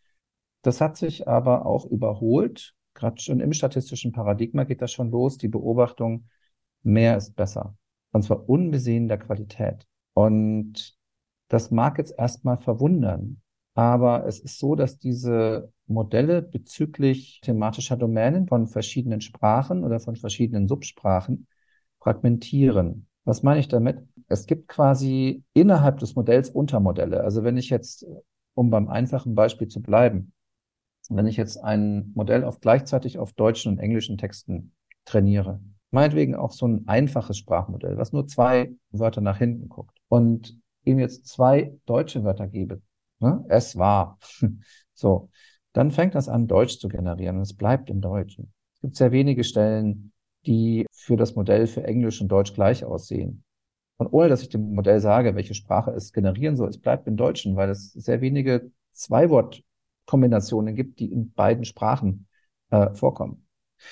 Das hat sich aber auch überholt. Gerade schon im statistischen Paradigma geht das schon los, die Beobachtung, mehr ist besser. Und zwar unbesehen der Qualität. Und das mag jetzt erstmal verwundern, aber es ist so, dass diese Modelle bezüglich thematischer Domänen von verschiedenen Sprachen oder von verschiedenen Subsprachen fragmentieren. Was meine ich damit? Es gibt quasi innerhalb des Modells Untermodelle. Also wenn ich jetzt, um beim einfachen Beispiel zu bleiben, wenn ich jetzt ein Modell gleichzeitig auf deutschen und englischen Texten trainiere, meinetwegen auch so ein einfaches Sprachmodell, was nur 2 Wörter nach hinten guckt und ihm jetzt 2 deutsche Wörter gebe, ne? Es war, so, dann fängt das an, Deutsch zu generieren und es bleibt im Deutschen. Es gibt sehr wenige Stellen, die für das Modell für Englisch und Deutsch gleich aussehen. Und ohne, dass ich dem Modell sage, welche Sprache es generieren soll, es bleibt im Deutschen, weil es sehr wenige Zwei-Wort-Kombinationen gibt, die in beiden Sprachen vorkommen.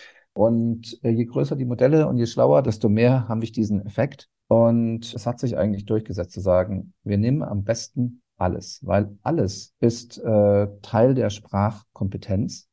Und je größer die Modelle und je schlauer, desto mehr haben wir diesen Effekt. Und es hat sich eigentlich durchgesetzt zu sagen, wir nehmen am besten alles, weil alles ist Teil der Sprachkompetenz.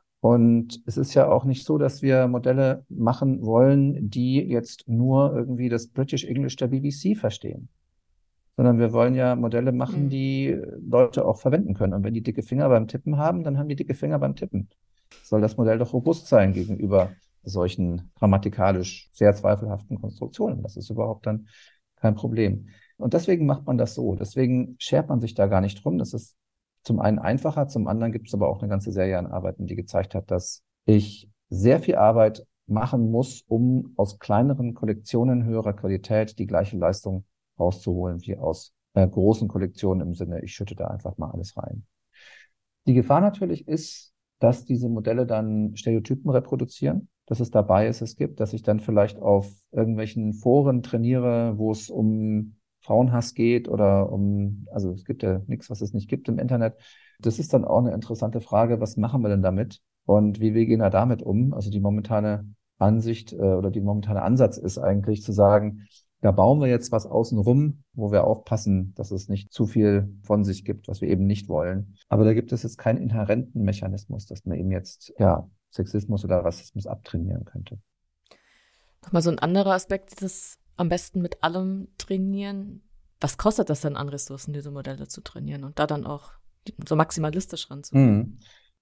Und es ist ja auch nicht so, dass wir Modelle machen wollen, die jetzt nur irgendwie das British English der BBC verstehen, sondern wir wollen ja Modelle machen, die Leute auch verwenden können. Und wenn die dicke Finger beim Tippen haben, dann haben die dicke Finger beim Tippen. Soll das Modell doch robust sein gegenüber solchen grammatikalisch sehr zweifelhaften Konstruktionen. Das ist überhaupt dann kein Problem. Und deswegen macht man das so. Deswegen schert man sich da gar nicht drum. Das ist zum einen einfacher, zum anderen gibt es aber auch eine ganze Serie an Arbeiten, die gezeigt hat, dass ich sehr viel Arbeit machen muss, um aus kleineren Kollektionen höherer Qualität die gleiche Leistung rauszuholen wie aus großen Kollektionen im Sinne, ich schütte da einfach mal alles rein. Die Gefahr natürlich ist, dass diese Modelle dann Stereotypen reproduzieren, dass es da Biases gibt, dass ich dann vielleicht auf irgendwelchen Foren trainiere, wo es um Frauenhass geht oder also es gibt ja nichts, was es nicht gibt im Internet. Das ist dann auch eine interessante Frage, was machen wir denn damit und wie wir gehen da damit um? Also die momentane Ansicht oder die momentane Ansatz ist eigentlich zu sagen, da bauen wir jetzt was außen rum, wo wir aufpassen, dass es nicht zu viel von sich gibt, was wir eben nicht wollen. Aber da gibt es jetzt keinen inhärenten Mechanismus, dass man eben jetzt, ja, Sexismus oder Rassismus abtrainieren könnte. Nochmal so ein anderer Aspekt, dieses am besten mit allem trainieren. Was kostet das denn an Ressourcen, diese Modelle zu trainieren und da dann auch so maximalistisch ranzugehen?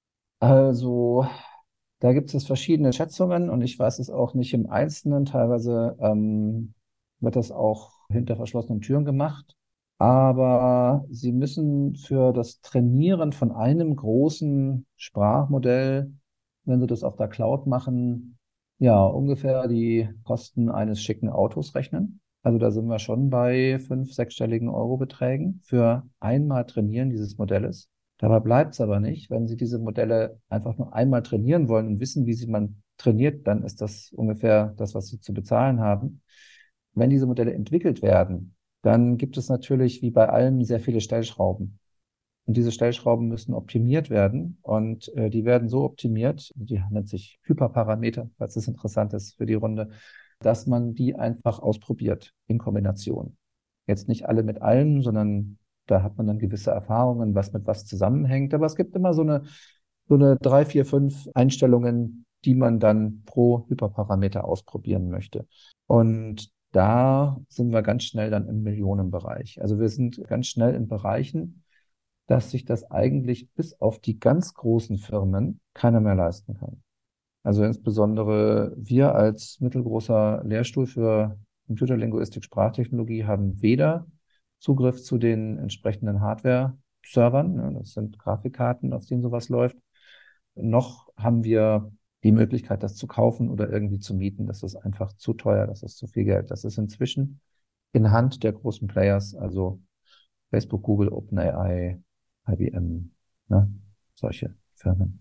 Also, da gibt es verschiedene Schätzungen und ich weiß es auch nicht im Einzelnen. Teilweise wird das auch hinter verschlossenen Türen gemacht. Aber Sie müssen für das Trainieren von einem großen Sprachmodell, wenn Sie das auf der Cloud machen, ja, ungefähr die Kosten eines schicken Autos rechnen. Also da sind wir schon bei 5-, 6-stelligen Eurobeträgen für einmal Trainieren dieses Modells. Dabei bleibt es aber nicht. Wenn Sie diese Modelle einfach nur einmal trainieren wollen und wissen, wie sie man trainiert, dann ist das ungefähr das, was Sie zu bezahlen haben. Wenn diese Modelle entwickelt werden, dann gibt es natürlich wie bei allem sehr viele Stellschrauben. Und diese Stellschrauben müssen optimiert werden. Und die werden so optimiert, die nennt sich Hyperparameter, falls das interessant ist für die Runde, dass man die einfach ausprobiert in Kombination. Jetzt nicht alle mit allem, sondern da hat man dann gewisse Erfahrungen, was mit was zusammenhängt. Aber es gibt immer so eine 3, 4, 5 Einstellungen, die man dann pro Hyperparameter ausprobieren möchte. Und da sind wir ganz schnell dann im Millionenbereich. Also wir sind ganz schnell in Bereichen, dass sich das eigentlich bis auf die ganz großen Firmen keiner mehr leisten kann. Also insbesondere wir als mittelgroßer Lehrstuhl für Computerlinguistik, Sprachtechnologie haben weder Zugriff zu den entsprechenden Hardware-Servern, das sind Grafikkarten, auf denen sowas läuft, noch haben wir die Möglichkeit, das zu kaufen oder irgendwie zu mieten. Das ist einfach zu teuer, das ist zu viel Geld. Das ist inzwischen in Hand der großen Players, also Facebook, Google, OpenAI, IBM, ne? Solche Firmen.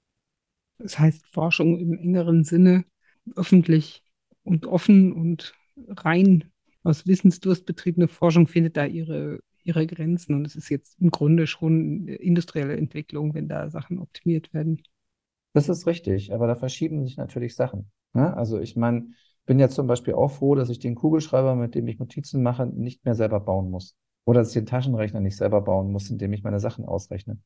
Das heißt, Forschung im engeren Sinne, öffentlich und offen und rein aus Wissensdurst betriebene Forschung findet da ihre Grenzen. Und es ist jetzt im Grunde schon industrielle Entwicklung, wenn da Sachen optimiert werden. Das ist richtig, aber da verschieben sich natürlich Sachen. Ne? Also ich meine, bin jetzt zum Beispiel auch froh, dass ich den Kugelschreiber, mit dem ich Notizen mache, nicht mehr selber bauen muss. Oder dass ich den Taschenrechner nicht selber bauen muss, indem ich meine Sachen ausrechne.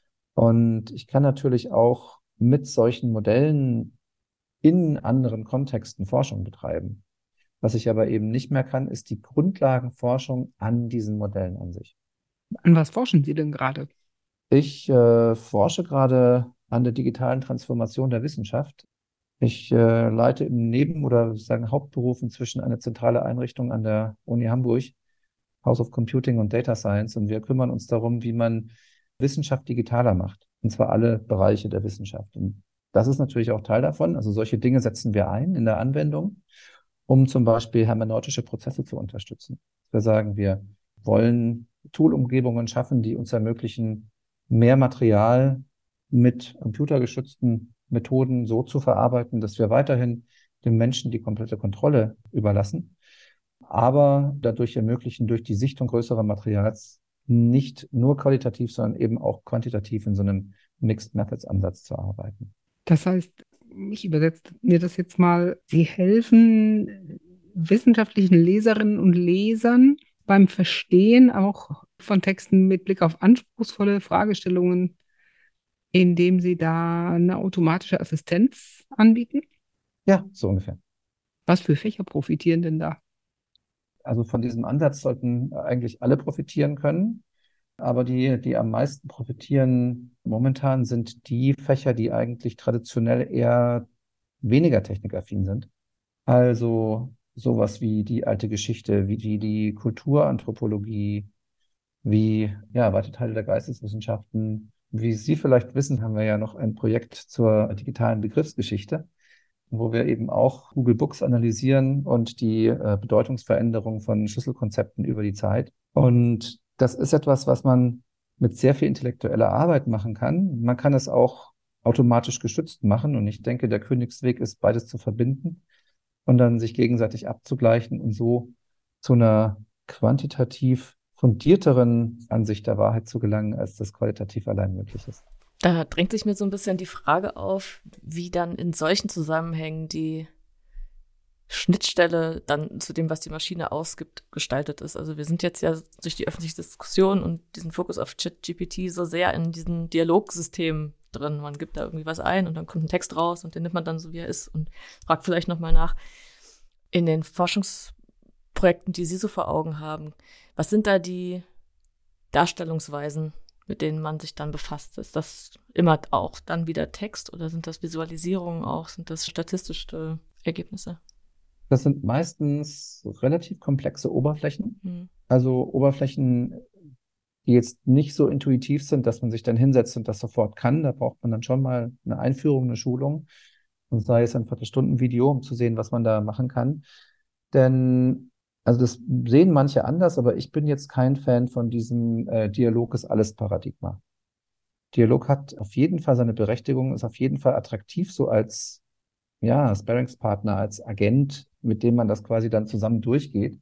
Und ich kann natürlich auch mit solchen Modellen in anderen Kontexten Forschung betreiben. Was ich aber eben nicht mehr kann, ist die Grundlagenforschung an diesen Modellen an sich. An was forschen Sie denn gerade? Ich forsche gerade an der digitalen Transformation der Wissenschaft. Ich leite im Neben- oder sagen Hauptberuf inzwischen eine zentrale Einrichtung an der Uni Hamburg, House of Computing und Data Science. Und wir kümmern uns darum, wie man Wissenschaft digitaler macht. Und zwar alle Bereiche der Wissenschaft. Und das ist natürlich auch Teil davon. Also solche Dinge setzen wir ein in der Anwendung, um zum Beispiel hermeneutische Prozesse zu unterstützen. Wir sagen, wir wollen Toolumgebungen schaffen, die uns ermöglichen, mehr Material mit computergeschützten Methoden so zu verarbeiten, dass wir weiterhin dem Menschen die komplette Kontrolle überlassen, aber dadurch ermöglichen, durch die Sichtung größerer Materials nicht nur qualitativ, sondern eben auch quantitativ in so einem Mixed Methods Ansatz zu arbeiten. Das heißt, ich übersetze mir das jetzt mal, Sie helfen wissenschaftlichen Leserinnen und Lesern beim Verstehen auch von Texten mit Blick auf anspruchsvolle Fragestellungen, indem Sie da eine automatische Assistenz anbieten. Ja, so ungefähr. Was für Fächer profitieren denn da? Also von diesem Ansatz sollten eigentlich alle profitieren können. Aber die am meisten profitieren momentan sind die Fächer, die eigentlich traditionell eher weniger technikaffin sind. Also sowas wie die alte Geschichte, wie die Kulturanthropologie, wie ja, weite Teile der Geisteswissenschaften. Wie Sie vielleicht wissen, haben wir ja noch ein Projekt zur digitalen Begriffsgeschichte, wo wir eben auch Google Books analysieren und die Bedeutungsveränderung von Schlüsselkonzepten über die Zeit. Und das ist etwas, was man mit sehr viel intellektueller Arbeit machen kann. Man kann es auch automatisch gestützt machen. Und ich denke, der Königsweg ist, beides zu verbinden und dann sich gegenseitig abzugleichen und so zu einer quantitativ fundierteren Ansicht der Wahrheit zu gelangen, als das qualitativ allein möglich ist. Da drängt sich mir so ein bisschen die Frage auf, wie dann in solchen Zusammenhängen die Schnittstelle dann zu dem, was die Maschine ausgibt, gestaltet ist. Also wir sind jetzt ja durch die öffentliche Diskussion und diesen Fokus auf ChatGPT so sehr in diesen Dialogsystemen drin. Man gibt da irgendwie was ein und dann kommt ein Text raus und den nimmt man dann so, wie er ist und fragt vielleicht nochmal nach. In den Forschungsprojekten, die Sie so vor Augen haben, was sind da die Darstellungsweisen, mit denen man sich dann befasst? Ist das immer auch dann wieder Text oder sind das Visualisierungen auch? Sind das statistische Ergebnisse? Das sind meistens relativ komplexe Oberflächen. Also Oberflächen, die jetzt nicht so intuitiv sind, dass man sich dann hinsetzt und das sofort kann. Da braucht man dann schon mal eine Einführung, eine Schulung. Und sei es ein Viertelstunden-Video, um zu sehen, was man da machen kann. Denn, also das sehen manche anders, aber ich bin jetzt kein Fan von diesem Dialog ist alles Paradigma. Dialog hat auf jeden Fall seine Berechtigung, ist auf jeden Fall attraktiv, so als ja, Sparringspartner, als Agent, mit dem man das quasi dann zusammen durchgeht.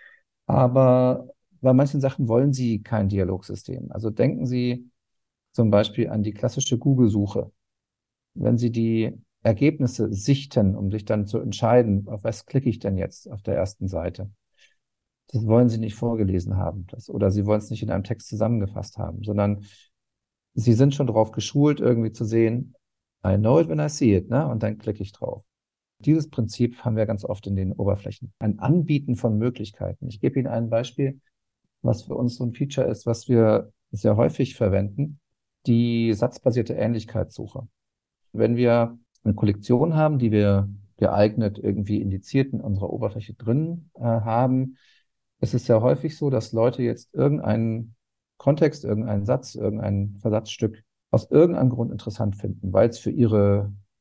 Aber bei manchen Sachen wollen Sie kein Dialogsystem. Also denken Sie zum Beispiel an die klassische Google-Suche. Wenn Sie die Ergebnisse sichten, um sich dann zu entscheiden, auf was klicke ich denn jetzt auf der ersten Seite. Das wollen Sie nicht vorgelesen haben, oder Sie wollen es nicht in einem Text zusammengefasst haben, sondern Sie sind schon darauf geschult, irgendwie zu sehen, I know it when I see it, ne? Und dann klicke ich drauf. Dieses Prinzip haben wir ganz oft in den Oberflächen. Ein Anbieten von Möglichkeiten. Ich gebe Ihnen ein Beispiel, was für uns so ein Feature ist, was wir sehr häufig verwenden, die satzbasierte Ähnlichkeitssuche. Wenn wir eine Kollektion haben, die wir geeignet irgendwie indiziert in unserer Oberfläche drin haben, ist es ja häufig so, dass Leute jetzt irgendeinen Kontext, irgendeinen Satz, irgendein Versatzstück aus irgendeinem Grund interessant finden, weil es für ihre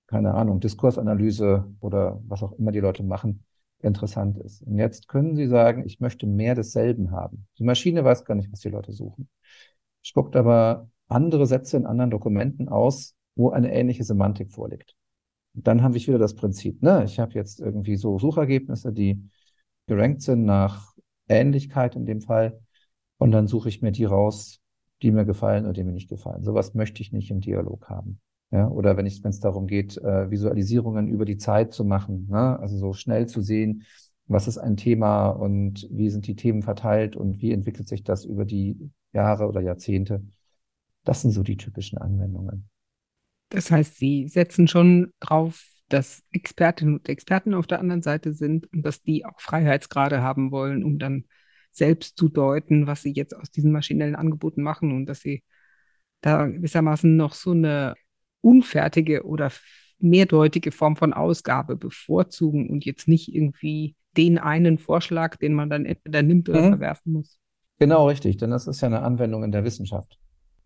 keine Ahnung, Diskursanalyse oder was auch immer die Leute machen, interessant ist. Und jetzt können Sie sagen, ich möchte mehr desselben haben. Die Maschine weiß gar nicht, was die Leute suchen. Spuckt aber andere Sätze in anderen Dokumenten aus, wo eine ähnliche Semantik vorliegt. Und dann habe ich wieder das Prinzip, ne? Ich habe jetzt irgendwie so Suchergebnisse, die gerankt sind nach Ähnlichkeit in dem Fall. Und dann suche ich mir die raus, die mir gefallen oder die mir nicht gefallen. Sowas möchte ich nicht im Dialog haben. Ja, oder wenn es darum geht, Visualisierungen über die Zeit zu machen, ne? Also so schnell zu sehen, was ist ein Thema und wie sind die Themen verteilt und wie entwickelt sich das über die Jahre oder Jahrzehnte. Das sind so die typischen Anwendungen. Das heißt, Sie setzen schon drauf, dass Expertinnen und Experten auf der anderen Seite sind und dass die auch Freiheitsgrade haben wollen, um dann selbst zu deuten, was sie jetzt aus diesen maschinellen Angeboten machen und dass sie da gewissermaßen noch so eine unfertige oder mehrdeutige Form von Ausgabe bevorzugen und jetzt nicht irgendwie den einen Vorschlag, den man dann entweder nimmt oder Mhm. verwerfen muss. Genau richtig, denn das ist ja eine Anwendung in der Wissenschaft.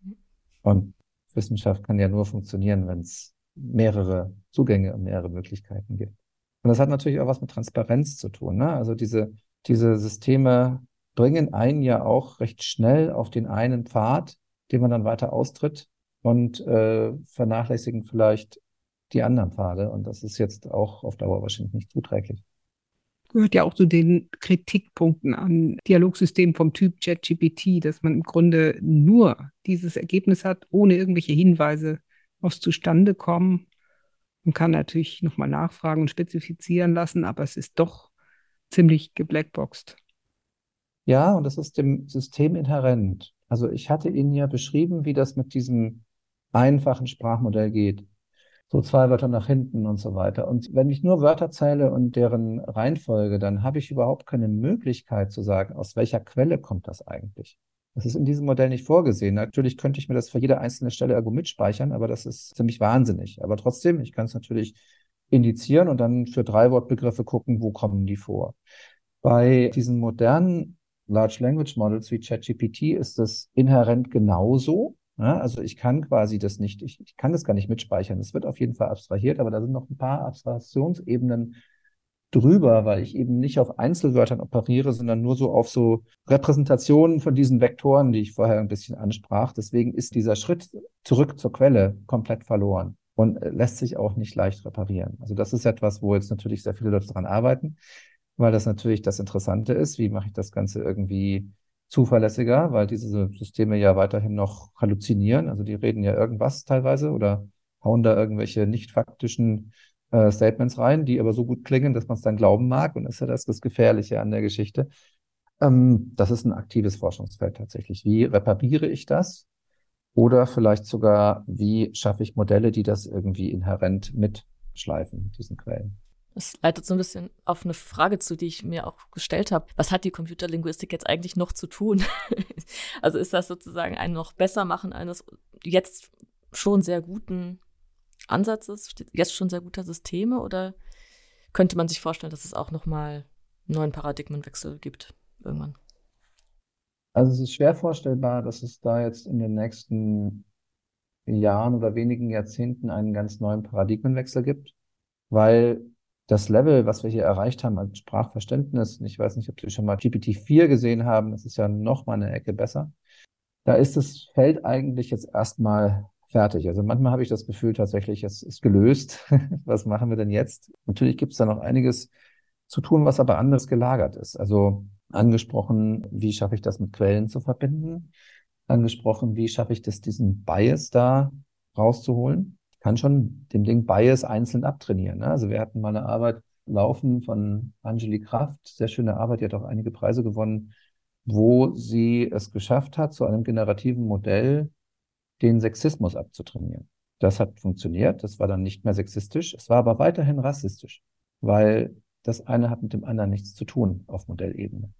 Und Wissenschaft kann ja nur funktionieren, wenn es mehrere Zugänge und mehrere Möglichkeiten gibt. Und das hat natürlich auch was mit Transparenz zu tun, ne? Also diese Systeme bringen einen ja auch recht schnell auf den einen Pfad, den man dann weiter austritt und vernachlässigen vielleicht die anderen Pfade. Und das ist jetzt auch auf Dauer wahrscheinlich nicht zuträglich. Gehört ja auch zu den Kritikpunkten an Dialogsystemen vom Typ ChatGPT, dass man im Grunde nur dieses Ergebnis hat, ohne irgendwelche Hinweise aufs Zustandekommen. Man kann natürlich nochmal nachfragen und spezifizieren lassen, aber es ist doch ziemlich geblackboxt. Ja, und das ist dem System inhärent. Also ich hatte Ihnen ja beschrieben, wie das mit diesem einfachen Sprachmodell geht. So zwei Wörter nach hinten und so weiter. Und wenn ich nur Wörter zähle und deren Reihenfolge, dann habe ich überhaupt keine Möglichkeit zu sagen, aus welcher Quelle kommt das eigentlich. Das ist in diesem Modell nicht vorgesehen. Natürlich könnte ich mir das für jede einzelne Stelle irgendwo mitspeichern, aber das ist ziemlich wahnsinnig. Aber trotzdem, ich kann es natürlich indizieren und dann für drei Wortbegriffe gucken, wo kommen die vor. Bei diesen modernen Large Language Models wie ChatGPT ist das inhärent genauso. Ja, also ich kann quasi das nicht, ich kann das gar nicht mitspeichern. Es wird auf jeden Fall abstrahiert, aber da sind noch ein paar Abstraktionsebenen drüber, weil ich eben nicht auf Einzelwörtern operiere, sondern nur so auf so Repräsentationen von diesen Vektoren, die ich vorher ein bisschen ansprach. Deswegen ist dieser Schritt zurück zur Quelle komplett verloren und lässt sich auch nicht leicht reparieren. Also das ist etwas, wo jetzt natürlich sehr viele Leute dran arbeiten, weil das natürlich das Interessante ist. Wie mache ich das Ganze irgendwie zuverlässiger, weil diese Systeme ja weiterhin noch halluzinieren. Also die reden ja irgendwas teilweise oder hauen da irgendwelche nicht faktischen Statements rein, die aber so gut klingen, dass man es dann glauben mag. Und das ist ja das Gefährliche an der Geschichte. Das ist ein aktives Forschungsfeld tatsächlich. Wie repariere ich das? Oder vielleicht sogar, wie schaffe ich Modelle, die das irgendwie inhärent mitschleifen mit diesen Quellen? Das leitet so ein bisschen auf eine Frage zu, die ich mir auch gestellt habe. Was hat die Computerlinguistik jetzt eigentlich noch zu tun? Also ist das sozusagen ein noch besser machen eines jetzt schon sehr guten Ansatzes, jetzt schon sehr guter Systeme? Oder könnte man sich vorstellen, dass es auch nochmal einen neuen Paradigmenwechsel gibt irgendwann? Also es ist schwer vorstellbar, dass es da jetzt in den nächsten Jahren oder wenigen Jahrzehnten einen ganz neuen Paradigmenwechsel gibt, weil das Level, was wir hier erreicht haben als Sprachverständnis, und ich weiß nicht, ob Sie schon mal GPT-4 gesehen haben, das ist ja noch mal eine Ecke besser. Da ist das Feld eigentlich jetzt erstmal fertig. Also manchmal habe ich das Gefühl tatsächlich, es ist gelöst. Was machen wir denn jetzt? Natürlich gibt es da noch einiges zu tun, was aber anders gelagert ist. Also angesprochen, wie schaffe ich das mit Quellen zu verbinden? Angesprochen, wie schaffe ich das, diesen Bias da rauszuholen? Ich kann schon dem Ding Bias einzeln abtrainieren. Ne? Also wir hatten mal eine Arbeit laufen von Angelique Kraft, sehr schöne Arbeit, die hat auch einige Preise gewonnen, wo sie es geschafft hat, zu einem generativen Modell den Sexismus abzutrainieren. Das hat funktioniert, das war dann nicht mehr sexistisch, es war aber weiterhin rassistisch, weil das eine hat mit dem anderen nichts zu tun auf Modellebene.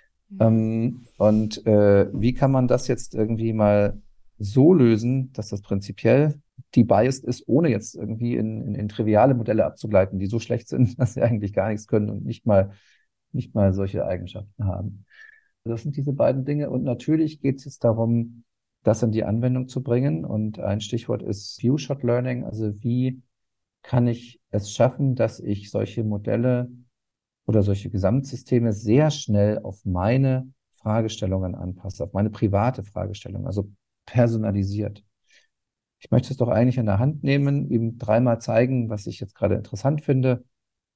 Wie kann man das jetzt irgendwie mal so lösen, dass das prinzipiell debiased ist, ohne jetzt irgendwie in triviale Modelle abzugleiten, die so schlecht sind, dass sie eigentlich gar nichts können und nicht mal solche Eigenschaften haben. Das sind diese beiden Dinge. Und natürlich geht es jetzt darum, das in die Anwendung zu bringen. Und ein Stichwort ist Few-Shot Learning. Also wie kann ich es schaffen, dass ich solche Modelle oder solche Gesamtsysteme sehr schnell auf meine Fragestellungen anpasse, auf meine private Fragestellung, also personalisiert. Ich möchte es doch eigentlich in der Hand nehmen, ihm dreimal zeigen, was ich jetzt gerade interessant finde.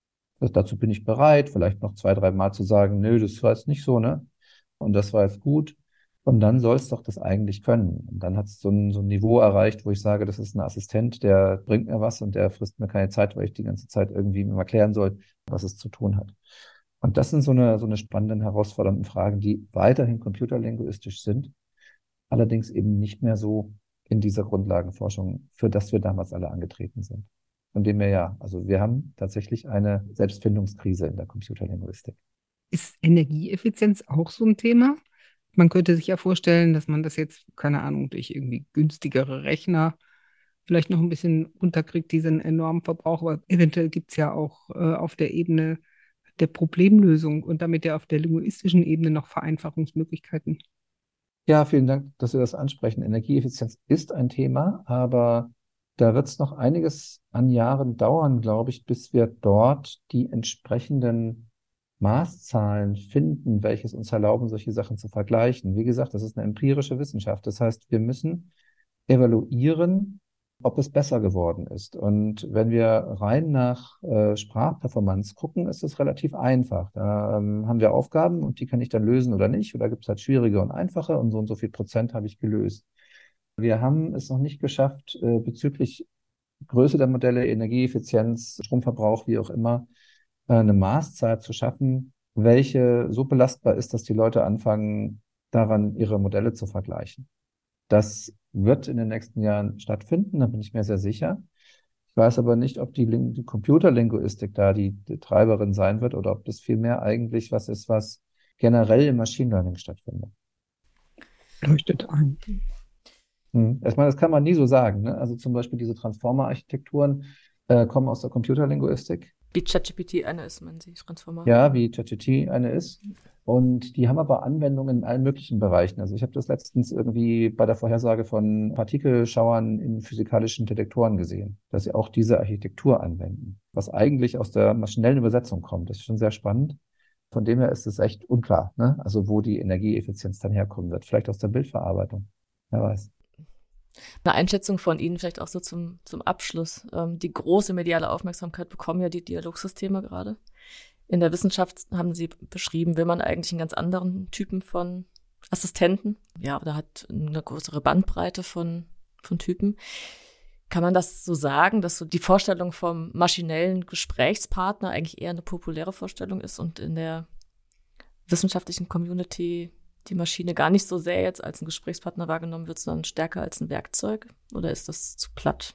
Dazu bin ich bereit, vielleicht noch 2, 3 Mal zu sagen, nö, das war jetzt nicht so, ne? Und das war jetzt gut. Und dann soll es doch das eigentlich können. Und dann hat es so ein Niveau erreicht, wo ich sage, das ist ein Assistent, der bringt mir was und der frisst mir keine Zeit, weil ich die ganze Zeit irgendwie mir erklären soll, was es zu tun hat. Und das sind so eine spannenden, herausfordernden Fragen, die weiterhin computerlinguistisch sind, allerdings eben nicht mehr so in dieser Grundlagenforschung, für das wir damals alle angetreten sind. Von dem her ja, also wir haben tatsächlich eine Selbstfindungskrise in der Computerlinguistik. Ist Energieeffizienz auch so ein Thema? Man könnte sich ja vorstellen, dass man das jetzt, keine Ahnung, durch irgendwie günstigere Rechner vielleicht noch ein bisschen runterkriegt, diesen enormen Verbrauch. Aber eventuell gibt es ja auch auf der Ebene der Problemlösung und damit ja auf der linguistischen Ebene noch Vereinfachungsmöglichkeiten. Ja, vielen Dank, dass Sie das ansprechen. Energieeffizienz ist ein Thema, aber da wird es noch einiges an Jahren dauern, glaube ich, bis wir dort die entsprechenden Maßzahlen finden, welches uns erlauben, solche Sachen zu vergleichen. Wie gesagt, das ist eine empirische Wissenschaft. Das heißt, wir müssen evaluieren, ob es besser geworden ist. Und wenn wir rein nach Sprachperformance gucken, ist es relativ einfach. Da haben wir Aufgaben und die kann ich dann lösen oder nicht. Oder gibt es halt schwierige und einfache und so viel Prozent habe ich gelöst. Wir haben es noch nicht geschafft, bezüglich Größe der Modelle, Energieeffizienz, Stromverbrauch, wie auch immer, eine Maßzahl zu schaffen, welche so belastbar ist, dass die Leute anfangen, daran ihre Modelle zu vergleichen. Das wird in den nächsten Jahren stattfinden, da bin ich mir sehr sicher. Ich weiß aber nicht, ob die Computerlinguistik da die Treiberin sein wird oder ob das vielmehr eigentlich was ist, was generell im Machine Learning stattfindet. Leuchtet ein. Ich meine, das kann man nie so sagen, ne? Also zum Beispiel diese Transformer-Architekturen kommen aus der Computerlinguistik. Wie ChatGPT eine ist, meinen Sie, Transformer? Ja, wie ChatGPT eine ist. Und die haben aber Anwendungen in allen möglichen Bereichen. Also ich habe das letztens irgendwie bei der Vorhersage von Partikelschauern in physikalischen Detektoren gesehen, dass sie auch diese Architektur anwenden, was eigentlich aus der maschinellen Übersetzung kommt. Das ist schon sehr spannend. Von dem her ist es echt unklar, ne? Also wo die Energieeffizienz dann herkommen wird. Vielleicht aus der Bildverarbeitung. Wer weiß. Eine Einschätzung von Ihnen vielleicht auch so zum Abschluss. Die große mediale Aufmerksamkeit bekommen ja die Dialogsysteme gerade. In der Wissenschaft haben Sie beschrieben, will man eigentlich einen ganz anderen Typen von Assistenten. Ja, oder hat eine größere Bandbreite von Typen. Kann man das so sagen, dass so die Vorstellung vom maschinellen Gesprächspartner eigentlich eher eine populäre Vorstellung ist und in der wissenschaftlichen Community die Maschine gar nicht so sehr jetzt als ein Gesprächspartner wahrgenommen wird, sondern stärker als ein Werkzeug? Oder ist das zu platt?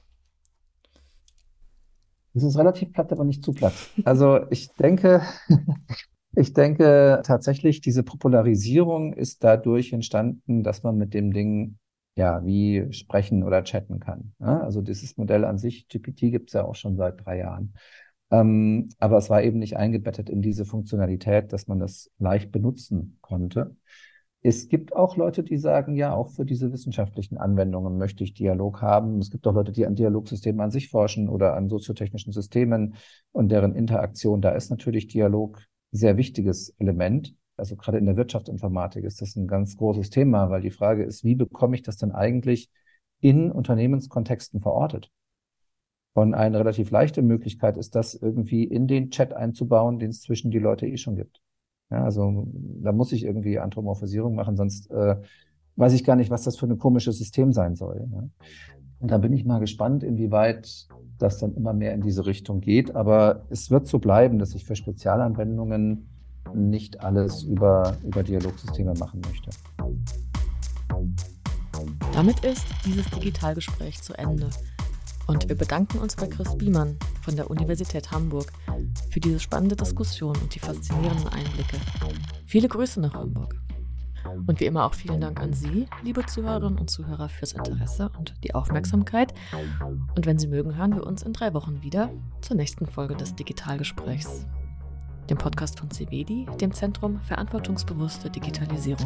Das ist relativ platt, aber nicht zu platt. Also ich denke tatsächlich, diese Popularisierung ist dadurch entstanden, dass man mit dem Ding ja wie sprechen oder chatten kann. Ja, also dieses Modell an sich, GPT, gibt es ja auch schon seit 3 Jahren. Aber es war eben nicht eingebettet in diese Funktionalität, dass man das leicht benutzen konnte. Es gibt auch Leute, die sagen, ja, auch für diese wissenschaftlichen Anwendungen möchte ich Dialog haben. Es gibt auch Leute, die an Dialogsystemen an sich forschen oder an soziotechnischen Systemen und deren Interaktion. Da ist natürlich Dialog ein sehr wichtiges Element. Also gerade in der Wirtschaftsinformatik ist das ein ganz großes Thema, weil die Frage ist, wie bekomme ich das denn eigentlich in Unternehmenskontexten verortet? Und eine relativ leichte Möglichkeit ist, das irgendwie in den Chat einzubauen, den es zwischen die Leute eh schon gibt. Ja, also da muss ich irgendwie Anthropomorphisierung machen, sonst weiß ich gar nicht, was das für ein komisches System sein soll. Ne? Und da bin ich mal gespannt, inwieweit das dann immer mehr in diese Richtung geht. Aber es wird so bleiben, dass ich für Spezialanwendungen nicht alles über Dialogsysteme machen möchte. Damit ist dieses Digitalgespräch zu Ende. Und wir bedanken uns bei Chris Biemann von der Universität Hamburg für diese spannende Diskussion und die faszinierenden Einblicke. Viele Grüße nach Hamburg. Und wie immer auch vielen Dank an Sie, liebe Zuhörerinnen und Zuhörer, fürs Interesse und die Aufmerksamkeit. Und wenn Sie mögen, hören wir uns in 3 Wochen wieder zur nächsten Folge des Digitalgesprächs, dem Podcast von CVEDI, dem Zentrum Verantwortungsbewusste Digitalisierung.